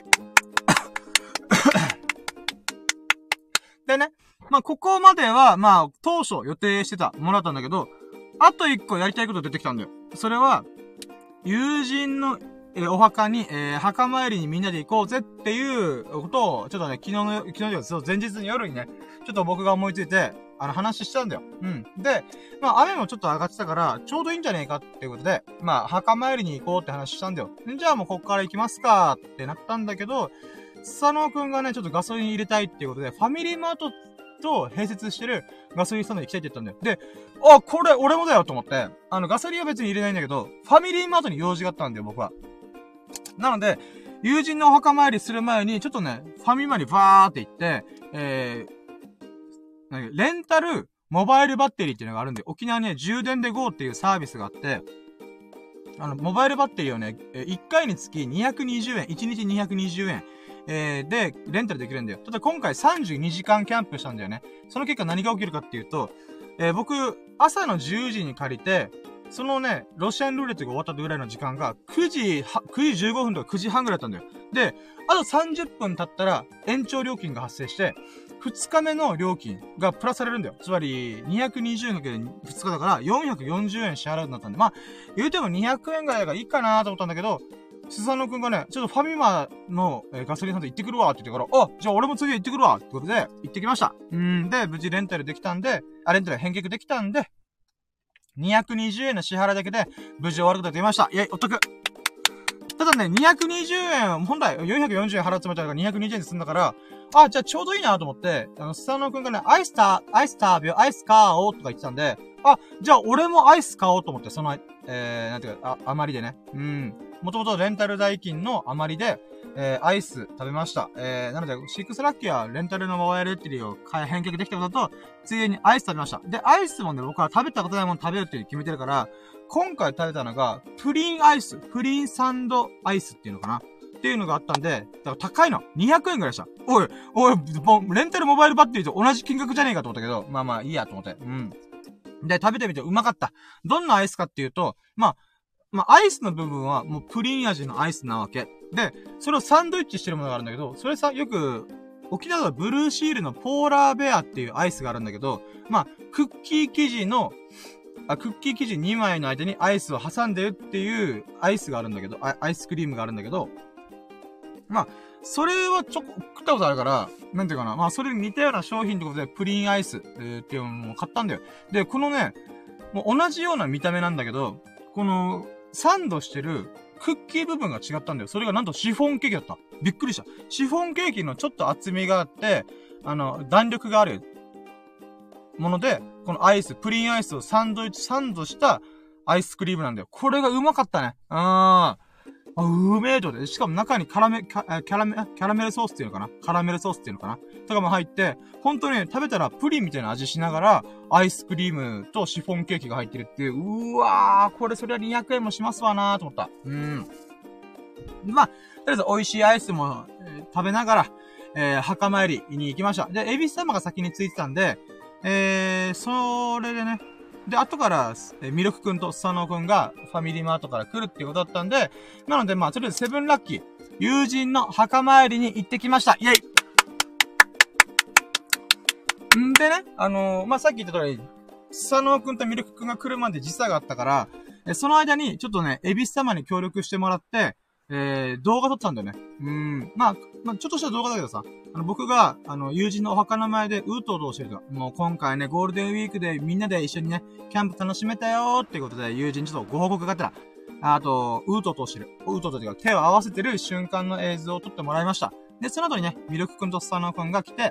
でね、まあ、ここまでは、まあ、当初予定してたものだったんだけど、あと一個やりたいこと出てきたんだよ。それは、友人の、えー、お墓に、えー、墓参りにみんなで行こうぜっていうことを、ちょっとね、昨日の、昨日のそう、前日の夜にね、ちょっと僕が思いついて、あの、話したんだよ。うん。で、まあ、雨もちょっと上がってたから、ちょうどいいんじゃねえかっていうことで、まあ、墓参りに行こうって話したんだよ。じゃあもうこっから行きますかってなったんだけど、スサノオくんがね、ちょっとガソリン入れたいっていうことで、ファミリーマートと併設してるガソリンスタンドに行きたいって言ったんだよ。で、あ、これ俺もだよと思って、あの、ガソリンは別に入れないんだけど、ファミリーマートに用事があったんだよ、僕は。なので、友人のお墓参りする前に、ちょっとね、ファミマにバーって行って、えー、レンタルモバイルバッテリーっていうのがあるんで、沖縄にね、充電で ゴー っていうサービスがあって、あの、モバイルバッテリーをね、いっかいにつきにひゃくにじゅうえん、いちにちにひゃくにじゅうえん、えー、で、レンタルできるんだよ。ただ今回さんじゅうにじかんキャンプしたんだよね。その結果何が起きるかっていうと、えー、僕、朝のじゅうじに借りて、そのね、ロシアンルーレットが終わったぐらいの時間が、くじ、くじじゅうごふんとかくじはんぐらいだったんだよ。で、あとさんじゅっぷん経ったら、延長料金が発生して、ふつかめの料金がプラスされるんだよ。つまり、にひゃくにじゅうえんかけるふつかだから、よんひゃくよんじゅうえん支払うようになったんで、まあ、言うてもにひゃくえんぐらいがいいかなと思ったんだけど、スサノオくんがね、ちょっとファミマの、えー、ガソリンスタンド行ってくるわって言ってから、あ、じゃあ俺も次行ってくるわってことで、行ってきました。うんで、無事レンタルできたんで、あ、レンタル返却できたんで、にひゃくにじゅうえんの支払いだけで、無事終わることができました。イェイ、お得ただね、にひゃくにじゅうえん、本来よんひゃくよんじゅうえん払うつもりだからにひゃくにじゅうえんで済んだから、あ、じゃあちょうどいいなと思って、あの、スタノくんがね、アイスた、アイス食べよう、アイス買おうとか言ってたんで、あ、じゃあ俺もアイス買おうと思って、その、えー、なんていうか、あ、余りでね。うん。もともとレンタル代金の余りで、えー、アイス食べました。えー、なので、シックスラッキーはレンタルのモバイルレッテリを返却できたことと、ついでにアイス食べました。で、アイスもね、僕は食べたことないもの食べるって決めてるから、今回食べたのが、プリンアイス、プリンサンドアイスっていうのかなっていうのがあったんで、だから高いの。にひゃくえんぐらいした。おい、おい、レンタルモバイルバッテリーと同じ金額じゃねえかと思ったけど、まあまあいいやと思って。うん。で、食べてみてうまかった。どんなアイスかっていうと、まあ、まあ、アイスの部分はもうプリン味のアイスなわけ。で、それをサンドイッチしてるものがあるんだけど、それさ、よく、沖縄ではブルーシールのポーラーベアっていうアイスがあるんだけど、まあ、クッキー生地の、あ、クッキー生地にまいの間にアイスを挟んでるっていうアイスがあるんだけど、アイスクリームがあるんだけど、まあ、それはちょこ、食ったことあるから、なんていうかな、まあ、それに似たような商品ってことで、プリンアイス、えー、っていうのを買ったんだよ。で、このね、もう同じような見た目なんだけど、この、サンドしてるクッキー部分が違ったんだよ。それがなんとシフォンケーキだった。びっくりした。シフォンケーキのちょっと厚みがあって、あの、弾力があるもので、このアイス、プリンアイスをサンドイッチ、サンドしたアイスクリームなんだよ。これがうまかったね。あー。あ、うめえとで。しかも中にカラメ、キャキャラメ、キャラメルソースっていうのかなカラメルソースっていうのかなとかも入って、本当に食べたらプリンみたいな味しながら、アイスクリームとシフォンケーキが入ってるっていう、うわー、これそりゃにひゃくえんもしますわなーと思った。うん。まあ、とりあえず美味しいアイスも、えー、食べながら、えー、墓参りに行きました。で、エビス様が先についてたんで、えー、それでね、で、後から、えー、ミルクくんとスサノーくんがファミリーマートから来るっていうことだったんで、なのでまあ、とりあえずセブンラッキー、友人の墓参りに行ってきました。イェイんでね、あのー、まあ、さっき言った通り、スサノーくんとミルクくんが来るまで時差があったから、えー、その間にちょっとね、エビス様に協力してもらって、えー、動画撮ってたんだよね。うーん。まあ、まあ、ちょっとした動画だけどさ、あの、僕が、あの、友人のお墓の前で、うとうとしてると。もう今回ね、ゴールデンウィークでみんなで一緒にね、キャンプ楽しめたよーっていうことで、友人ちょっとご報告があったら、あと、うとうとしてる。うとうとっていうか、手を合わせてる瞬間の映像を撮ってもらいました。で、その後にね、ミルクくんとスサノーくんが来て、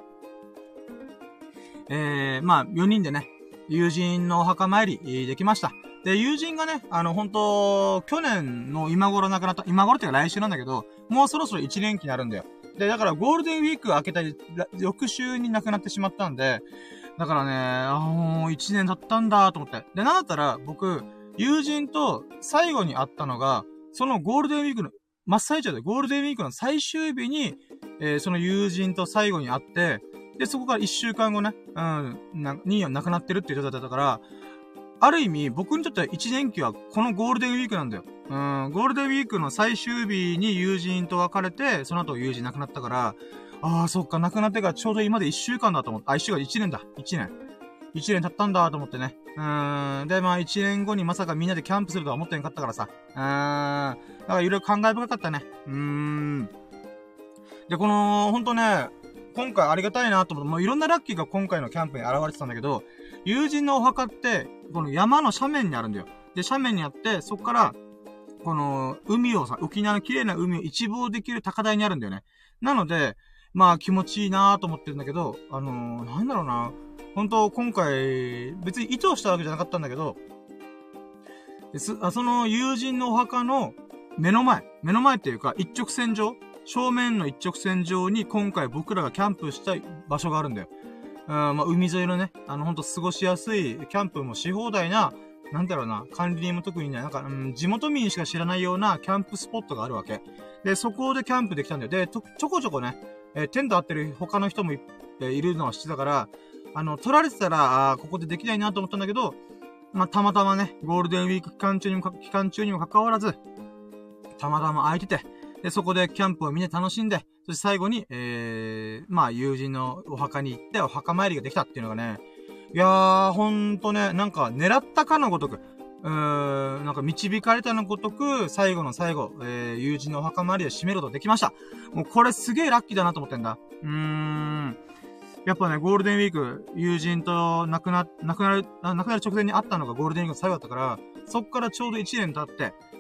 えー、まあ、よにんでね、友人のお墓参り、できました。で、友人がね、あの、本当去年の今頃亡くなった、今頃っていうか来週なんだけど、もうそろそろいちねんきになるんだよ。で、だからゴールデンウィーク明けたり、翌週に亡くなってしまったんで、だからね、あもういちねん経ったんだと思って。で、なんだったら、僕、友人と最後に会ったのが、そのゴールデンウィークの、真っ最中で、ゴールデンウィークの最終日に、えー、その友人と最後に会って、で、そこからいっしゅうかんごね、うん、な、に亡くなってるっていう状態だったから、ある意味、僕にとってはいちねんきはこのゴールデンウィークなんだよ。うん、ゴールデンウィークの最終日に友人と別れて、その後友人亡くなったから、ああ、そっか、亡くなってからちょうど今でいっしゅうかんだと思って、あ、いっしゅうかん、いちねんだ。いちねん。いちねん経ったんだと思ってね。うーん。で、まあいちねんごにまさかみんなでキャンプするとは思ってなかったからさ。うーん。だからいろいろ感慨深かったね。うーん。で、この、ほんとね、今回ありがたいなと思って、もういろんなラッキーが今回のキャンプに現れてたんだけど、友人のお墓って、この山の斜面にあるんだよ。で、斜面にあって、そっから、この、海をさ、沖縄の綺麗な海を一望できる高台にあるんだよね。なので、まあ気持ちいいなーと思ってるんだけど、あのー、なんだろうな。本当今回、別に意図したわけじゃなかったんだけど、すあその友人のお墓の目の前、目の前っていうか一直線上、正面の一直線上に今回僕らがキャンプした場所があるんだよ。うん、まあ、海沿いのね、あの、ほんと過ごしやすい、キャンプもし放題な、なんだろうな、管理人も特にね、なんか、うん、地元民しか知らないようなキャンプスポットがあるわけ。で、そこでキャンプできたんだよ。で、とちょこちょこね、えー、テント張ってる他の人も い,、えー、いるのは知ってたから、あの、取られてたら、あここでできないなと思ったんだけど、まあ、たまたまね、ゴールデンウィーク期間中にも、期間中にも関わらず、たまたま空いてて、で、そこでキャンプをみんな楽しんで、そして最後に、えー、まあ、友人のお墓に行って、お墓参りができたっていうのがね、いやー、ほんとね、なんか、狙ったかのごとく、うーん、なんか導かれたのごとく、最後の最後、えー、友人のお墓参りを締めることできました。もうこれすげーラッキーだなと思ってんだ。うーん。やっぱね、ゴールデンウィーク、友人と亡くな、亡くなる、亡くなる直前に会ったのがゴールデンウィークの最後だったから、そっからちょうどいちねん経って、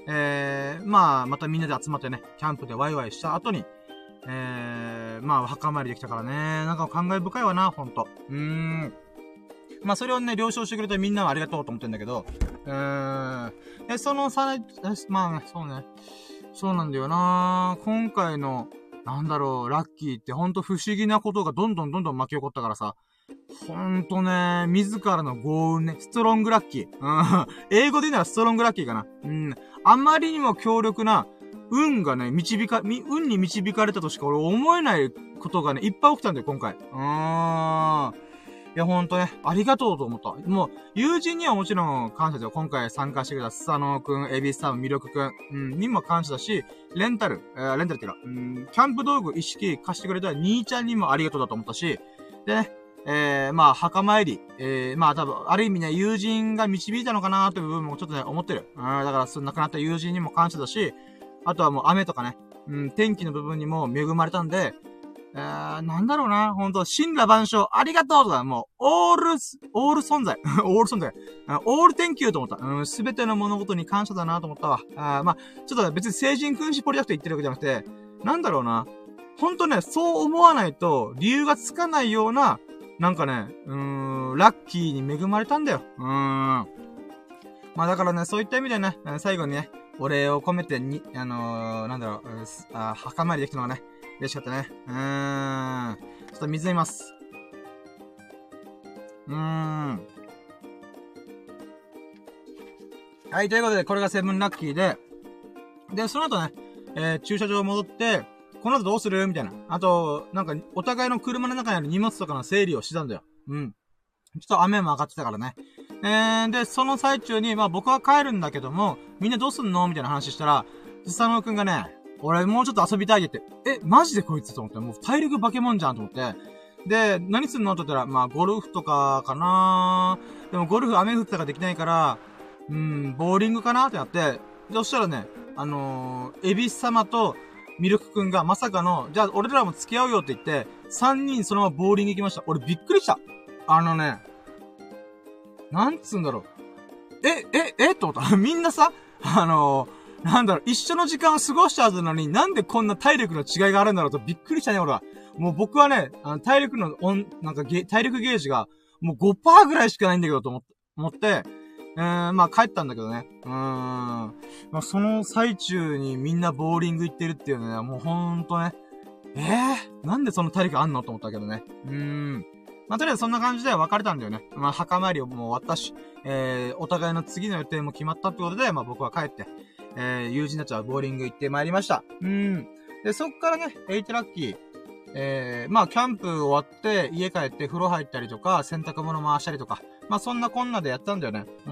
えー、まあ、またみんなで集まってね、キャンプでワイワイした後に、えー、まあ、墓参りできたからね、なんか感慨深いわな、ほんと。うーん。まあ、それをね、了承してくれてみんなはありがとうと思ってんだけど、うーん。え、そのさ、まあ、そうね。そうなんだよな。今回の、なんだろう、ラッキーってほんと不思議なことがどんどんどんどん巻き起こったからさ、ほんとね、自らの幸運ね、ストロングラッキー。うん。英語で言うならストロングラッキーかな。うん。あまりにも強力な、運がね、導か、運に導かれたとしか俺思えないことがね、いっぱい起きたんだよ、今回。うーん。いや、ほんとね、ありがとうと思った。もう、友人にはもちろん感謝だよ。今回参加してくれたスサノーくん、エビスさん、ミルクくん、うん、にも感謝だし、レンタル、えー、レンタルっていうか、うん、キャンプ道具一式貸してくれた兄ちゃんにもありがとうだと思ったし、でね、えー、まあ、墓参り、えー、まあ多分、ある意味ね、友人が導いたのかなという部分もちょっとね、思ってる。うん、だから、その亡くなった友人にも感謝だし、あとはもう雨とかね、うん、天気の部分にも恵まれたんで、えー、なんだろうな、ほんと、神羅万象、ありがとうとか、もう、オール、オール存在、オール存在、オール天球と思った。うん、すべての物事に感謝だなと思ったわ。あまあ、ちょっと別に成人君子ポリアクト言ってるわけじゃなくて、なんだろうな、ほんとね、そう思わないと、理由がつかないような、なんかね、うーん、ラッキーに恵まれたんだよ。うーん。まあだからね、そういった意味でね、最後にね、お礼を込めてに、あのー、なんだろう、あ、墓参りできたのがね、嬉しかったね。うーん。ちょっと水飲みます。うーん。はい、ということで、これがセブンラッキーで、で、その後ね、えー、駐車場戻って、この後どうするみたいな。あと、なんか、お互いの車の中にある荷物とかの整理をしてたんだよ。うん。ちょっと雨も上がってたからね。えー、で、その最中に、まあ僕は帰るんだけども、みんなどうすんのみたいな話したら、スサノーくんがね、俺もうちょっと遊びたいって言って、え、マジでこいつと思って、もう体力化け物じゃんと思って。で、何すんのって言ったら、まあゴルフとかかなー。でもゴルフ雨降ったからできないから、うーん、ボーリングかなってなって、で、そしたらね、あのー、エビス様とミルクくんがまさかの、じゃあ俺らも付き合うよって言って、三人そのままボーリング行きました。俺びっくりした。あのね、なんつうんだろう。え、え、えと思った。みんなさ、あのー、なんだろう、一緒の時間を過ごしたはずなのに、なんでこんな体力の違いがあるんだろうとびっくりしたね、俺は。もう僕はね、あの体力の、なんかゲ、体力ゲージが、もう ごパーセント ぐらいしかないんだけどと思って、思って、えー、まあ帰ったんだけどね。うーん。まあその最中にみんなボーリング行ってるっていうのはね、もうほんとね、えー、なんでその体力あんのと思ったけどね。うーん。まあ、とりあえずそんな感じで別れたんだよね。まあ、墓参りももう終わったし、えー、お互いの次の予定も決まったってことで、まあ僕は帰って、えー、友人たちはボーリング行ってまいりました。うん。で、そっからね、エイトラッキー、えー、まあ、キャンプ終わって、家帰って風呂入ったりとか、洗濯物回したりとか、まあ、そんなこんなでやったんだよね。うん。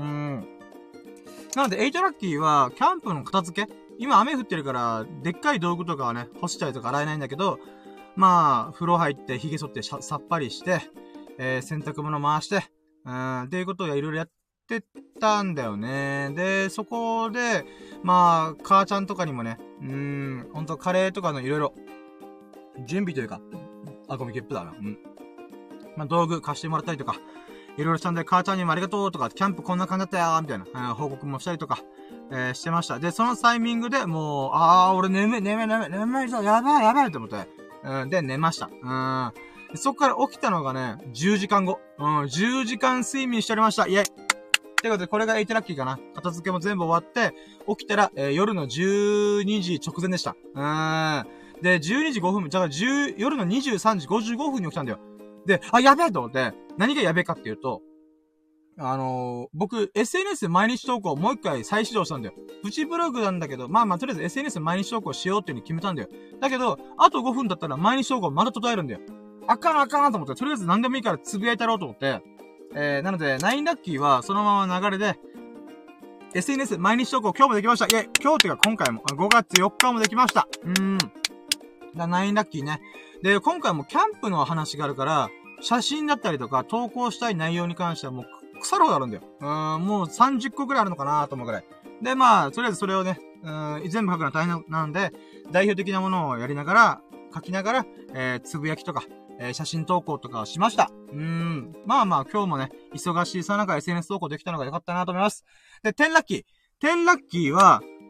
なので、エイトラッキーは、キャンプの片付け今雨降ってるから、でっかい道具とかはね、干したりとか洗えないんだけど、まあ、風呂入って、髭剃ってさっぱりして、えー、洗濯物回して、うん、っていうことをいろいろやってたんだよね。で、そこで、まあ、母ちゃんとかにもね、うーん、ほんとカレーとかのいろいろ、準備というか、あ、ごめん、ゲップだな。うん。まあ、道具貸してもらったりとか、いろいろしたんで、母ちゃんにもありがとうとか、キャンプこんな感じだったよみたいな、えー、報告もしたりとか、えー、してました。で、そのタイミングでもう、あー、俺眠い、眠い、眠い、眠いぞ、やばい、やばいと思って、うん、で、寝ました。うん。そっから起きたのがね、じゅうじかんご。うん、じゅうじかん睡眠しておりました。イェイ。ってことで、これがエイトラッキーかな。片付けも全部終わって、起きたら、えー、夜のじゅうにじ直前でした。うーん。で、じゅうにじごふん、じゃあ、じゅう、夜のにじゅうさんじごじゅうごふんに起きたんだよ。で、あ、やべえと思って、何がやべえかっていうと、あのー、僕、エスエヌエス 毎日投稿もう一回再始動したんだよ。プチブログなんだけど、まあまあ、とりあえず エスエヌエス 毎日投稿しようっていう風に決めたんだよ。だけど、あとごふんだったら毎日投稿まだ途絶えるんだよ。あかんあかんと思って、とりあえず何でもいいからつぶやいたろうと思って、えー、なので、ナインラッキーはそのまま流れで、エスエヌエス 毎日投稿今日もできました。いや、今日っていうか今回も、ごがつよっかもできました。うーん。だナインラッキーね。で、今回もキャンプの話があるから、写真だったりとか投稿したい内容に関してはもう腐るほどあるんだよ。うーん、もうさんじゅっこくらいあるのかなと思うくらい。で、まあ、とりあえずそれをね、うーん、全部書くのは大変なんで、代表的なものをやりながら、書きながら、えー、つぶやきとか、えー、写真投稿とかをしました。うーん。まあまあ、今日もね、忙しいさなか エスエヌエス 投稿できたのが良かったなと思います。で、テンラッキー。テンラッキーは、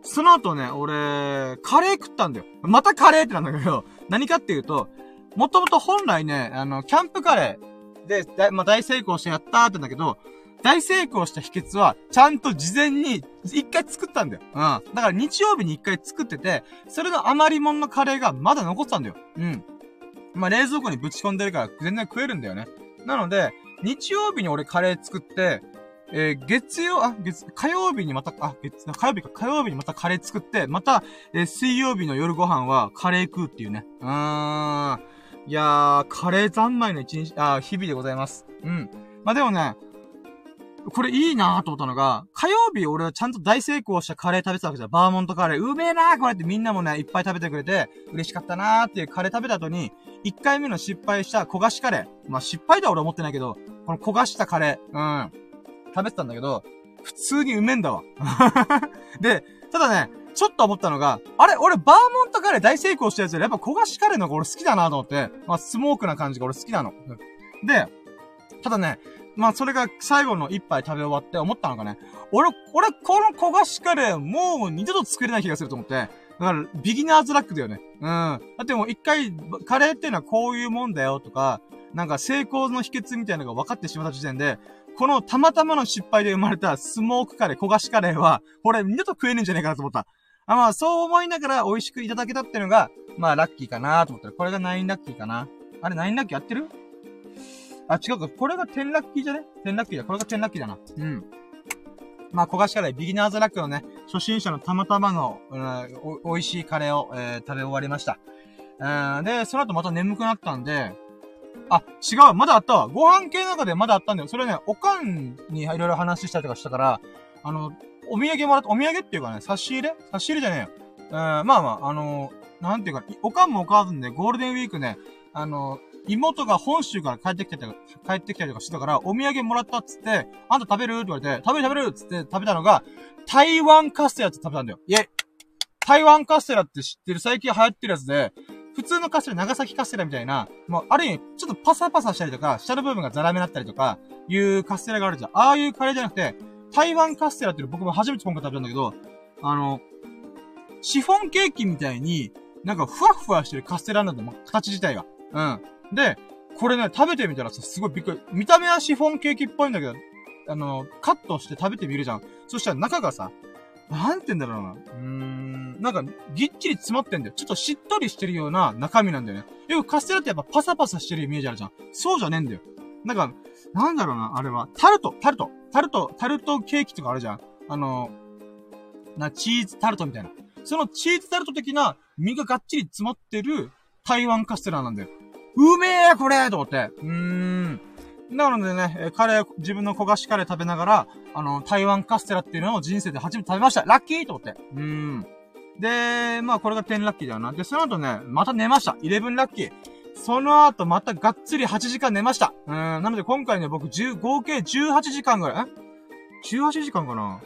その後ね、俺、カレー食ったんだよ。またカレーってなんだけど、何かっていうと、もともと本来ね、あの、キャンプカレーで、だまあ、大成功してやったーって言うんだけど、大成功した秘訣は、ちゃんと事前に一回作ったんだよ。うん。だから日曜日に一回作ってて、それの余り物のカレーがまだ残ってたんだよ。うん。まあ、冷蔵庫にぶち込んでるから全然食えるんだよね。なので、日曜日に俺カレー作って、えー、月曜、あ、月、火曜日にまた、あ、月、火曜日か、火曜日にまたカレー作って、また、えー、水曜日の夜ご飯はカレー食うっていうね。うーん。いやー、カレー三昧の一日、あ、日々でございます。うん。まあ、でもね、これいいなーと思ったのが、火曜日俺はちゃんと大成功したカレー食べてたわけじゃん。バーモントカレー。うめえなーこれってみんなもね、いっぱい食べてくれて、嬉しかったなーっていうカレー食べた後に、いっかいめの失敗した焦がしカレー。まあ、失敗とは俺は思ってないけど、この焦がしたカレー。うん。食べてたんだけど、普通にうめえんだわ。で、ただね、ちょっと思ったのが、あれ俺バーモントカレー大成功したやつよりやっぱ焦がしカレーの方が俺好きだなと思って、まあ、スモークな感じが俺好きなの。で、ただね、まあ、それが最後の一杯食べ終わって思ったのがね、俺、俺、この焦がしカレー、もう二度と作れない気がすると思って、だから、ビギナーズラックだよね。うん。だってもう一回、カレーっていうのはこういうもんだよとか、なんか成功の秘訣みたいなのが分かってしまった時点で、このたまたまの失敗で生まれたスモークカレー、焦がしカレーは、俺二度と食えねえんじゃねえかなと思った。あ、まあ、そう思いながら美味しくいただけたっていうのが、まあ、ラッキーかなと思ったら、これがナインラッキーかな。あれ、ナインラッキーやってる？あ、違うか。これがテンラッキーじゃね？テンラッキーだ。これがテンラッキーだな。うん。まあ、焦がしカレー、ビギナーズラックのね、初心者のたまたまの、うん、お、美味しいカレーを、えー、食べ終わりました。うん、で、その後また眠くなったんで、あ、違う、まだあったわ。ご飯系の中でまだあったんだよ。それね、おかんにいろいろ話したりとかしたから、あの、お土産もらった、お土産っていうかね、差し入れ差し入れじゃねえよ。うん、まあまあ、あの、なんていうか、おかんもお母さんでゴールデンウィークね、あの、妹が本州から帰ってきたりとか、帰ってきたりとかしてたから、お土産もらったっつって、あんた食べるって言われて、食べる食べるっつって食べたのが、台湾カステラって食べたんだよ。イェイ！台湾カステラって知ってる最近流行ってるやつで、普通のカステラ、長崎カステラみたいな、もう、ある意味、ちょっとパサパサしたりとか、下の部分がザラメになったりとか、いうカステラがあるじゃん。ああいうカレーじゃなくて、台湾カステラっていうの僕も初めて今回食べたんだけど、あの、シフォンケーキみたいに、なんかふわふわしてるカステラなんだよ、形自体が。うん。で、これね、食べてみたらさ、すごいびっくり。見た目はシフォンケーキっぽいんだけど、あの、カットして食べてみるじゃん。そしたら中がさ、なんて言うんだろうな。うーん、なんか、ぎっちり詰まってんだよ。ちょっとしっとりしてるような中身なんだよね。よくカステラってやっぱパサパサしてるイメージあるじゃん。そうじゃねえんだよ。なんか、なんだろうな、あれは。タルト、タルト、タルト、タルトケーキとかあるじゃん。あの、な、チーズタルトみたいな。そのチーズタルト的な身ががっちり詰まってる台湾カステラなんだよ。うめえこれと思って。うーん。なのでね、カレー、自分の焦がしカレー食べながら、あの、台湾カステラっていうのを人生で初めて食べました。ラッキーと思って。うーん。で、まあこれがじゅうラッキーだよな。で、その後ね、また寝ました。じゅうラッキー。その後またがっつりはちじかん寝ました。うーん。なので今回ね、僕じゅう、合計じゅうはちじかんぐらい、え ?じゅうはちじかんかな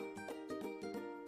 あれ ?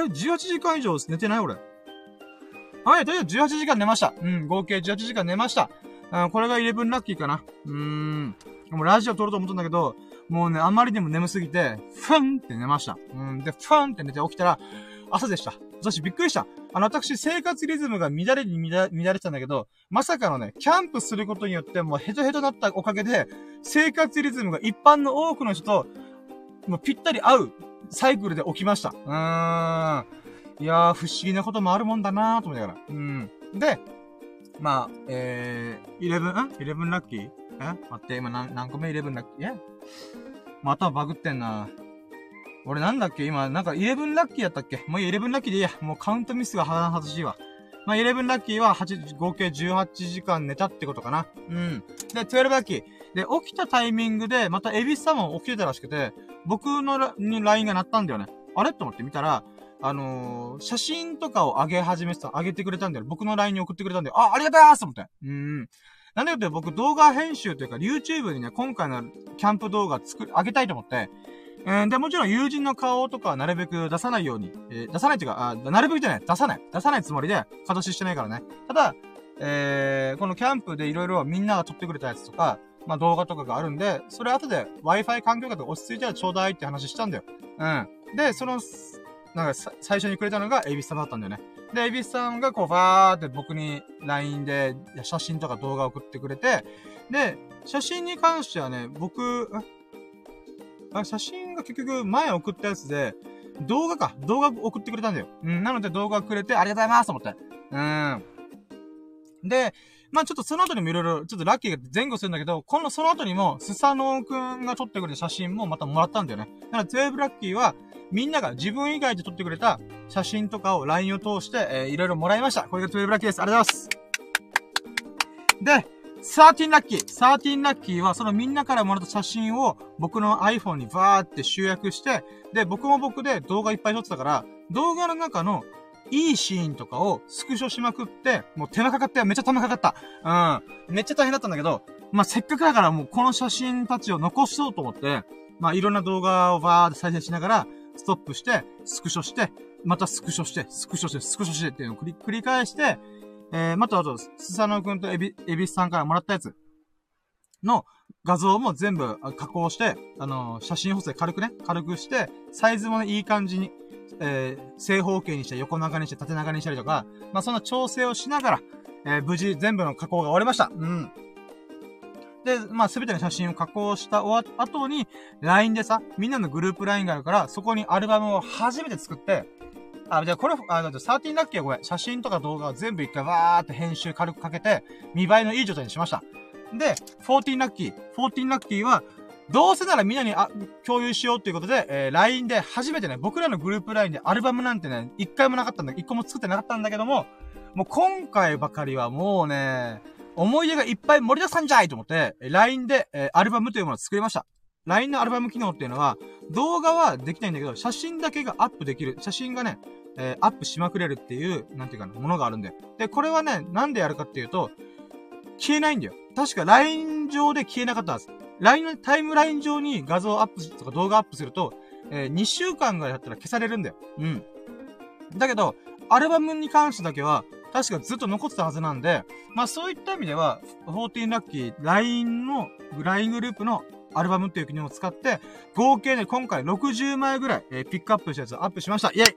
じゅうはちじかん以上寝てない俺。はい、とりあえずじゅうはちじかん寝ました。うん、合計じゅうはちじかん寝ました。うん、これがじゅうラッキーかな。うーん。もうラジオ撮ろうと思ったんだけど、もうね、あんまりにも眠すぎて、ふんって寝ました。うん、で、ふんって寝て起きたら、朝でした。私びっくりした。あの、私、生活リズムが乱れに乱れ、乱れてたんだけど、まさかのね、キャンプすることによって、もうヘトヘトだったおかげで、生活リズムが一般の多くの人と、もうぴったり合うサイクルで起きました。うーん。いやー、不思議なこともあるもんだなーと思いながら。うん。で、まあ、えー、じゅう、ん ?じゅう ラッキーえ待って、今何、何個目じゅうラッキーえまたバグってんな。俺なんだっけ今、なんかじゅうラッキーやったっけもうじゅうラッキーでいいや。もうカウントミスがはずしいわ。まあ、じゅうラッキーははち、合計じゅうはちじかん寝たってことかな。うん。で、じゅうラッキー。で、起きたタイミングで、またエビスさんも起きてたらしくて、僕のラに ライン が鳴ったんだよね。あれと思って見たら、あのー、写真とかを上げ始めてた、上げてくれたんだよ。僕の ライン に送ってくれたんだよ。あ、ありがとうーすと思って。うーん。なんでかって僕動画編集というか YouTube にね、今回のキャンプ動画作る、上げたいと思って。えー、で、もちろん友人の顔とかはなるべく出さないように、えー、出さないっていうか、あ、なるべくじゃない、出さない。出さないつもりで、かどししてないからね。ただ、えー、このキャンプでいろいろみんなが撮ってくれたやつとか、まあ動画とかがあるんで、それ後で Wi-Fi 環境下で落ち着いたらちょうだいって話したんだよ。うん。で、その、 なんか最初にくれたのがエビスさんだったんだよね。で、エビスさんがこう、バーって僕に ライン で写真とか動画を送ってくれて、で、写真に関してはね、僕、あ、写真が結局前送ったやつで、動画か。動画送ってくれたんだよ。うん。なので動画くれてありがとうございますと思って。うん。で、まあちょっとその後にもいろいろ、ちょっとラッキーが前後するんだけど、このその後にも、スサノオくんが撮ってくれた写真もまたもらったんだよね。だからじゅうにラッキーは、みんなが自分以外で撮ってくれた写真とかを ライン を通して、えー、いろいろもらいました。これがじゅうにラッキーです。ありがとうございます。で、じゅうさんラッキー。じゅうさんラッキーは、そのみんなからもらった写真を僕の iPhone にバーって集約して、で、僕も僕で動画いっぱい撮ってたから、動画の中のいいシーンとかをスクショしまくって、もう手間かかって、めっちゃ手間かかった。うん。めっちゃ大変だったんだけど、まあ、せっかくだからもうこの写真たちを残そうと思って、まあ、いろんな動画をバーって再生しながら、ストップして、スクショして、またスクショして、スクショして、スクショしてっていうのを繰り繰り返して、えー、またあと、スサノオくんとエビ、エビスさんからもらったやつの画像も全部加工して、あのー、写真補正軽くね、軽くして、サイズもね、いい感じに、えー、正方形にして、横長にして、縦長にしたりとか、まあ、そんな調整をしながら、えー、無事全部の加工が終わりました。うん。で、まあ、すべての写真を加工した終わ後に、ライン でさ、みんなのグループ ライン があるから、そこにアルバムを初めて作って、あ、じゃあこれ、あ、だってじゅうさんラッキーはこれ、写真とか動画を全部一回わーって編集軽くかけて、見栄えのいい状態にしました。で、じゅうよんラッキー。じゅうよんラッキーは、どうせならみんなにあ共有しようっていうことで、えー、ライン で初めてね、僕らのグループ ライン でアルバムなんてね、一回もなかったんだ、一個も作ってなかったんだけども、もう今回ばかりはもうね、思い出がいっぱい盛りだくさんじゃいと思って、ライン で、えー、アルバムというものを作りました。ライン のアルバム機能っていうのは、動画はできないんだけど、写真だけがアップできる。写真がね、えー、アップしまくれるっていう、なんていうかな、ものがあるんだよ。で、これはね、なんでやるかっていうと、消えないんだよ。確か ライン 上で消えなかったはず。ライン のタイムライン上に画像アップとか動画アップすると、えー、にしゅうかんぐらいだったら消されるんだよ。うん。だけど、アルバムに関してだけは、確かずっと残ってたはずなんで、まあそういった意味では、じゅうよんラッキー、ライン の、ライン グループのアルバムっていう機能を使って、合計で今回ろくじゅうまいぐらい、えー、ピックアップしたやつをアップしました。イェイ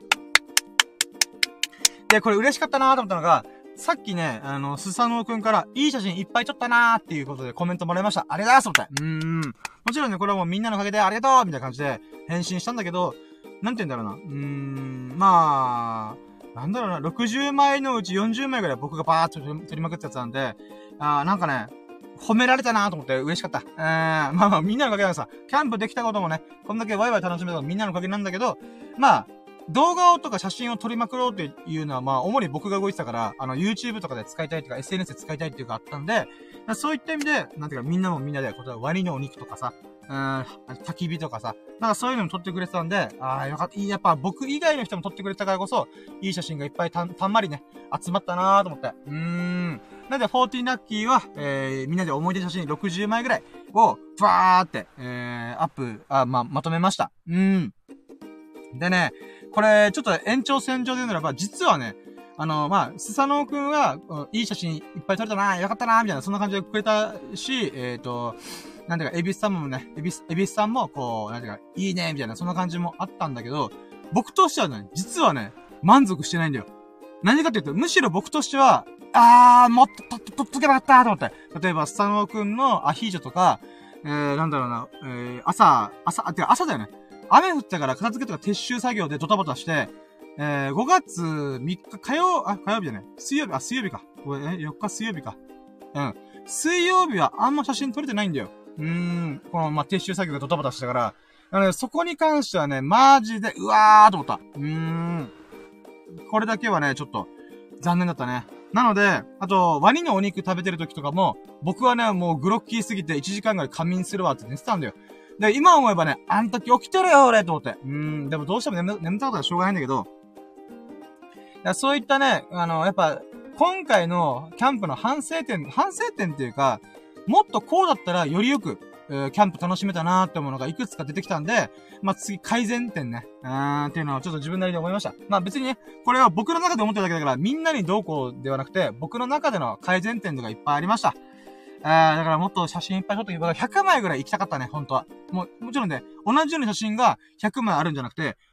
で、これ嬉しかったなーと思ったのが、さっきね、あの、スサノオくんから、いい写真いっぱい撮ったなーっていうことでコメントもらいました。ありがとうございますと思って。うーん。もちろんね、これはもうみんなのおかげでありがとうみたいな感じで返信したんだけど、なんて言うんだろうな。うーん、まあ、なんだろうな、ろくじゅうまいのうちよんじゅうまいぐらい僕がバーっと撮りまくったやつなんで、あーなんかね、褒められたなーと思って嬉しかった。えー、まあまあみんなのおかげなんさ、キャンプできたこともね、こんだけワイワイ楽しめたのみんなのおかげなんだけど、まあ、動画をとか写真を撮りまくろうっていうのは、まあ、主に僕が動いてたから、あの、YouTube とかで使いたいとか、エスエヌエス で使いたいっていうかあったんで、そういった意味で、なんていうか、みんなもみんなで、これはワニのお肉とかさ、うーん、焚き火とかさ、なんかそういうのも撮ってくれてたんで、ああ、よかった。やっぱ僕以外の人も撮ってくれたからこそ、いい写真がいっぱいたん、たんまりね、集まったなーと思って。うーん。なんで、じゅうよんラッキーは、えー、みんなで思い出写真ろくじゅうまいぐらいを、バーって、えー、アップ、あ、まあ、まとめました。うーん。でね、これ、ちょっと延長線上で言うならば、実はね、あの、まあ、スサノオくんは、いい写真いっぱい撮れたな、よかったな、みたいな、そんな感じでくれたし、えっと、なんていうか、エビスさんもね、エビス、エビスさんも、こう、なんていうか、いいね、みたいな、そんな感じもあったんだけど、僕としてはね、実はね、満足してないんだよ。何かっていうと、むしろ僕としては、あー、もっと、と、と、とっとけばよかったと思って。例えば、スサノオくんのアヒージョとか、えー、なんだろうな、えー、朝、朝、あ、てか朝だよね。雨降ったから片付けとか撤収作業でドタバタして、えー、ごがつみっか、火曜、あ、火曜日じゃない。水曜日、あ、水曜日か。これ、え、よっか水曜日か。うん。水曜日はあんま写真撮れてないんだよ。うーん。この、まあ、撤収作業でドタバタしたから。なので、そこに関してはね、マジで、うわーと思った。うーん。これだけはね、ちょっと、残念だったね。なので、あと、ワニのお肉食べてる時とかも、僕はね、もうグロッキーすぎていちじかんぐらい仮眠するわって寝てたんだよ。で、今思えばね、あん時起きてるよ、俺と思って。うーん、でもどうしても眠、眠たかったらしょうがないんだけど、そういったね、あの、やっぱ、今回のキャンプの反省点、反省点っていうか、もっとこうだったらよりよく、えー、キャンプ楽しめたなーってものがいくつか出てきたんで、まあ、次改善点ね、うーんっていうのをちょっと自分なりに思いました。まあ別にね、これは僕の中で思ってるだけだから、みんなにどうこうではなくて、僕の中での改善点とかいっぱいありました。あーだからもっと写真いっぱい撮って、ひゃくまいぐらい行きたかったね、本当は。もう、もちろんね、同じような写真がひゃくまいあるんじゃなくて、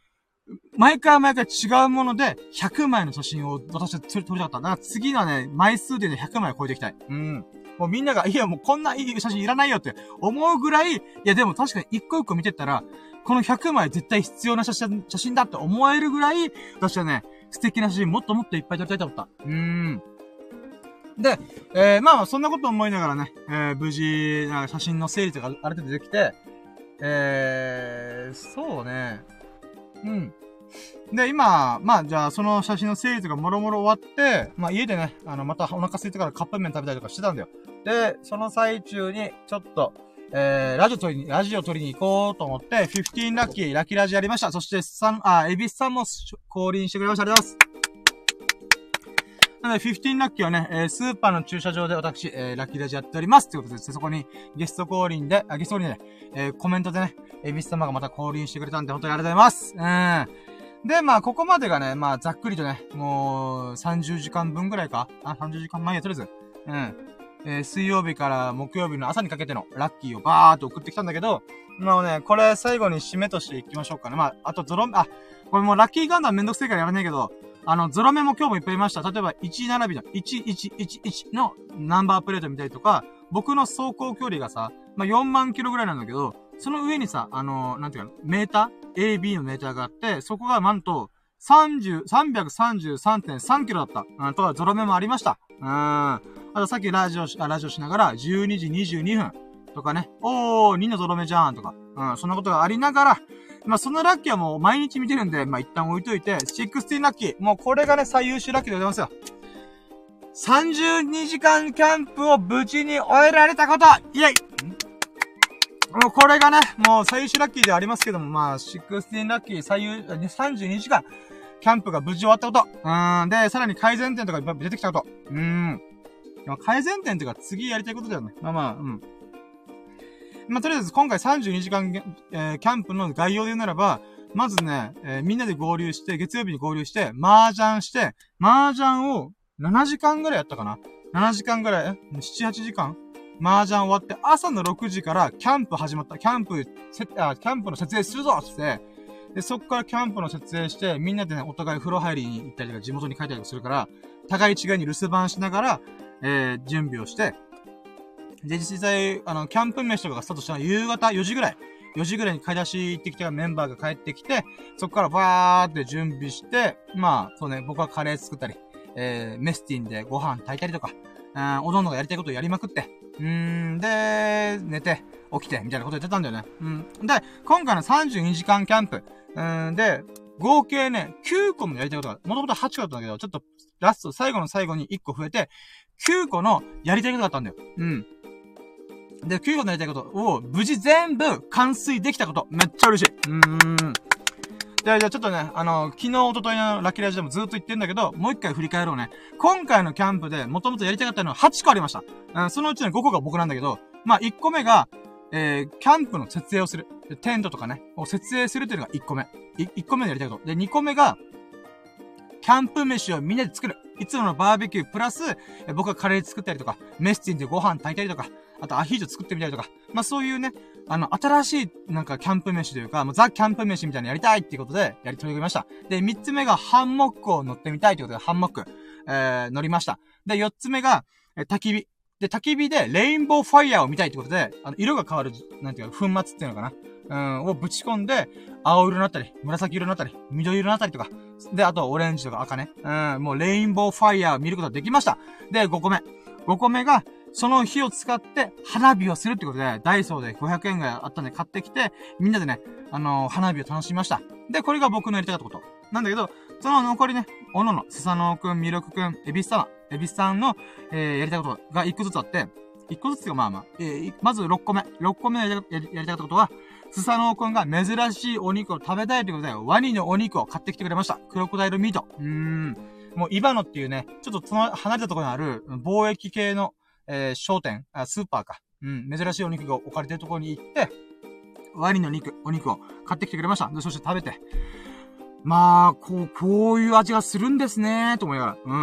毎回毎回違うもので、ひゃくまいの写真を私は撮りたかった。だから次のね、枚数でね、ひゃくまいを超えていきたい。うん。もうみんなが、いやもうこんないい写真いらないよって思うぐらい、いやでも確かに一個一個見てったら、このひゃくまい絶対必要な写真、写真だって思えるぐらい、私はね、素敵な写真もっともっといっぱい撮りたいと思った。うーん。で、えー、まあそんなこと思いながらね、えー、無事、写真の整理とかある程度できて、えー、そうね。うん。で、今、まあ、じゃあ、その写真の整理とかもろもろ終わって、まあ、家でね、あの、またお腹空いてからカップ麺食べたりとかしてたんだよ。で、その最中に、ちょっと、えー、ラジオ撮りに、ラジオ撮りに行こうと思って、フィフティーンラッキー、ラッキーラジやりました。そして、さん、あ、エビスさんも降臨してくれました。ありがとうございます。なので、フィフティーンラッキーはね、えー、スーパーの駐車場で私、えー、ラッキーラジやっております。ということで、そこにゲスト降臨で、あ、ゲスト降臨で、えー、コメントでね、エビス様がまた降臨してくれたんで、本当にありがとうございます。うん。で、まあ、ここまでがね、まあ、ざっくりとね、もう、さんじゅうじかんぶんぐらいかあ、さんじゅうじかんまえや、とりあえず。うん。えー、水曜日から木曜日の朝にかけてのラッキーをバーっと送ってきたんだけど、まあね、これ最後に締めとしていきましょうかね。まあ、あとゾロ目、あ、これもうラッキーガンダムめんどくせえからやらないけど、あの、ゾロ目も今日もいっぱいいました。例えば、いち並びのいちいちいちいちのナンバープレート見たりとか、僕の走行距離がさ、まあ、よんまんキロぐらいなんだけど、その上にさ、あのー、なんていうか、メーター ?A、B のメーターがあって、そこがなんと、さんじゅう、さんびゃくさんじゅうさんてんさんキロだった。うん、とか、ゾロ目もありました。うん。あとさっきラジオし、あ、ラジオしながら、じゅうにじにじゅうにふんとかね、おー、にのゾロ目じゃーんとか、うん、そんなことがありながら、まあ、そのラッキーはもう毎日見てるんで、まあ、一旦置いといて、じゅうろくラッキー。もうこれがね、最優秀ラッキーでございますよ。さんじゅうにじかんキャンプを無事に終えられたことイェイもうこれがね、もう最優秀ラッキーでありますけども、まあ、じゅうろくラッキー最優、さんじゅうにじかん、キャンプが無事終わったこと。うーん。で、さらに改善点とかいっぱい出てきたこと。うーん。改善点というか次やりたいことだよね。まあまあ、うん。まあ、とりあえず今回さんじゅうにじかん、えー、キャンプの概要で言うならば、まずね、えー、みんなで合流して、月曜日に合流して、麻雀して、麻雀をななじかんぐらいやったかな ?なな 時間ぐらい、え ?なな、はちじかん麻雀終わって、朝のろくじからキャンプ始まった。キャンプ、せあ、キャンプの設営するぞって、で、そっからキャンプの設営して、みんなでね、お互い風呂入りに行ったりとか、地元に帰ったりとかするから、互い違いに留守番しながら、えー、準備をして、で、実際、あの、キャンプ飯とかがスタートしたのは夕方よじぐらい。よじぐらいに買い出し行ってきたメンバーが帰ってきて、そこからバーって準備して、まあ、そうね、僕はカレー作ったり、えー、メスティンでご飯炊いたりとか、うん、おどんどんがやりたいことをやりまくって、うーん、で、寝て、起きて、みたいなことやってたんだよね。うん。で、今回のさんじゅうにじかんキャンプ、うん、で、合計ね、きゅうこもやりたいことが、もともとはちこだったんだけど、ちょっと、ラスト、最後の最後にいっこ増えて、きゅうこのやりたいことがあったんだよ。うん。で、きゅうこのやりたいことを無事全部完遂できたこと。めっちゃ嬉しい。うーん。じゃあ、じゃあちょっとね、あの、昨日、一昨日のラッキーラジでもずっと言ってんだけど、もう一回振り返ろうね。今回のキャンプでもともとやりたかったのははちこありました。うん、そのうちのごこが僕なんだけど、まあ、いっこめが、えー、キャンプの設営をする。テントとかね、を設営するっていうのがいっこめ。い、いっこめのやりたいこと。で、にこめが、キャンプ飯をみんなで作る。いつものバーベキュープラス、え僕がカレー作ったりとか、メスティンでご飯炊いたりとか、あとアヒージョ作ってみたりとか、まあそういうね、あの、新しい、なんかキャンプ飯というか、もうザ・キャンプ飯みたいなのやりたいっていうことで、やり、取り組みました。で、みっつめがハンモックを乗ってみたいということで、ハンモック、えー、乗りました。で、よっつ目が、えー、焚き火。で、焚き火でレインボーファイヤーを見たいってことで、あの、色が変わる、なんていうか、粉末っていうのかな。うん、をぶち込んで、青色になったり、紫色になったり、緑色になったりとか。で、あと、オレンジとか赤ね。うん、もうレインボーファイヤーを見ることができました。で、ごこめ。ごこめが、その火を使って花火をするってことで、ダイソーでごひゃくえんぐらいあったんで買ってきて、みんなでね、あのー、花火を楽しみました。で、これが僕のやりたかったこと。なんだけど、その残りね、おのの、スサノオくん、ミルクくん、エビス様、エビスさんの、えー、やりたいことがいっこずつあって、いっこずつがまあまあ、えー、まずろっこめ。ろっこめのやり、やり、やりたかったことは、スサノオくんが珍しいお肉を食べたいということで、ワニのお肉を買ってきてくれました。クロコダイルミート。うーん。もう、イバノっていうね、ちょっとその離れたところにある、貿易系の、えー、商店、あ、スーパーか。うん、珍しいお肉が置かれてるところに行って、ワニの肉、お肉を買ってきてくれました。で、そして食べて。まあ、こう、こういう味がするんですねー、と思いながら。うん。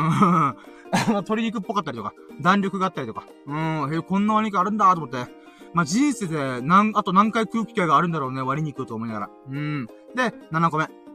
鶏肉っぽかったりとか、弾力があったりとか。うん、へこんなお肉あるんだと思って。まあ、人生で何、あと何回食う機会があるんだろうね、割り肉と思いながら。うん。で、ななこめ。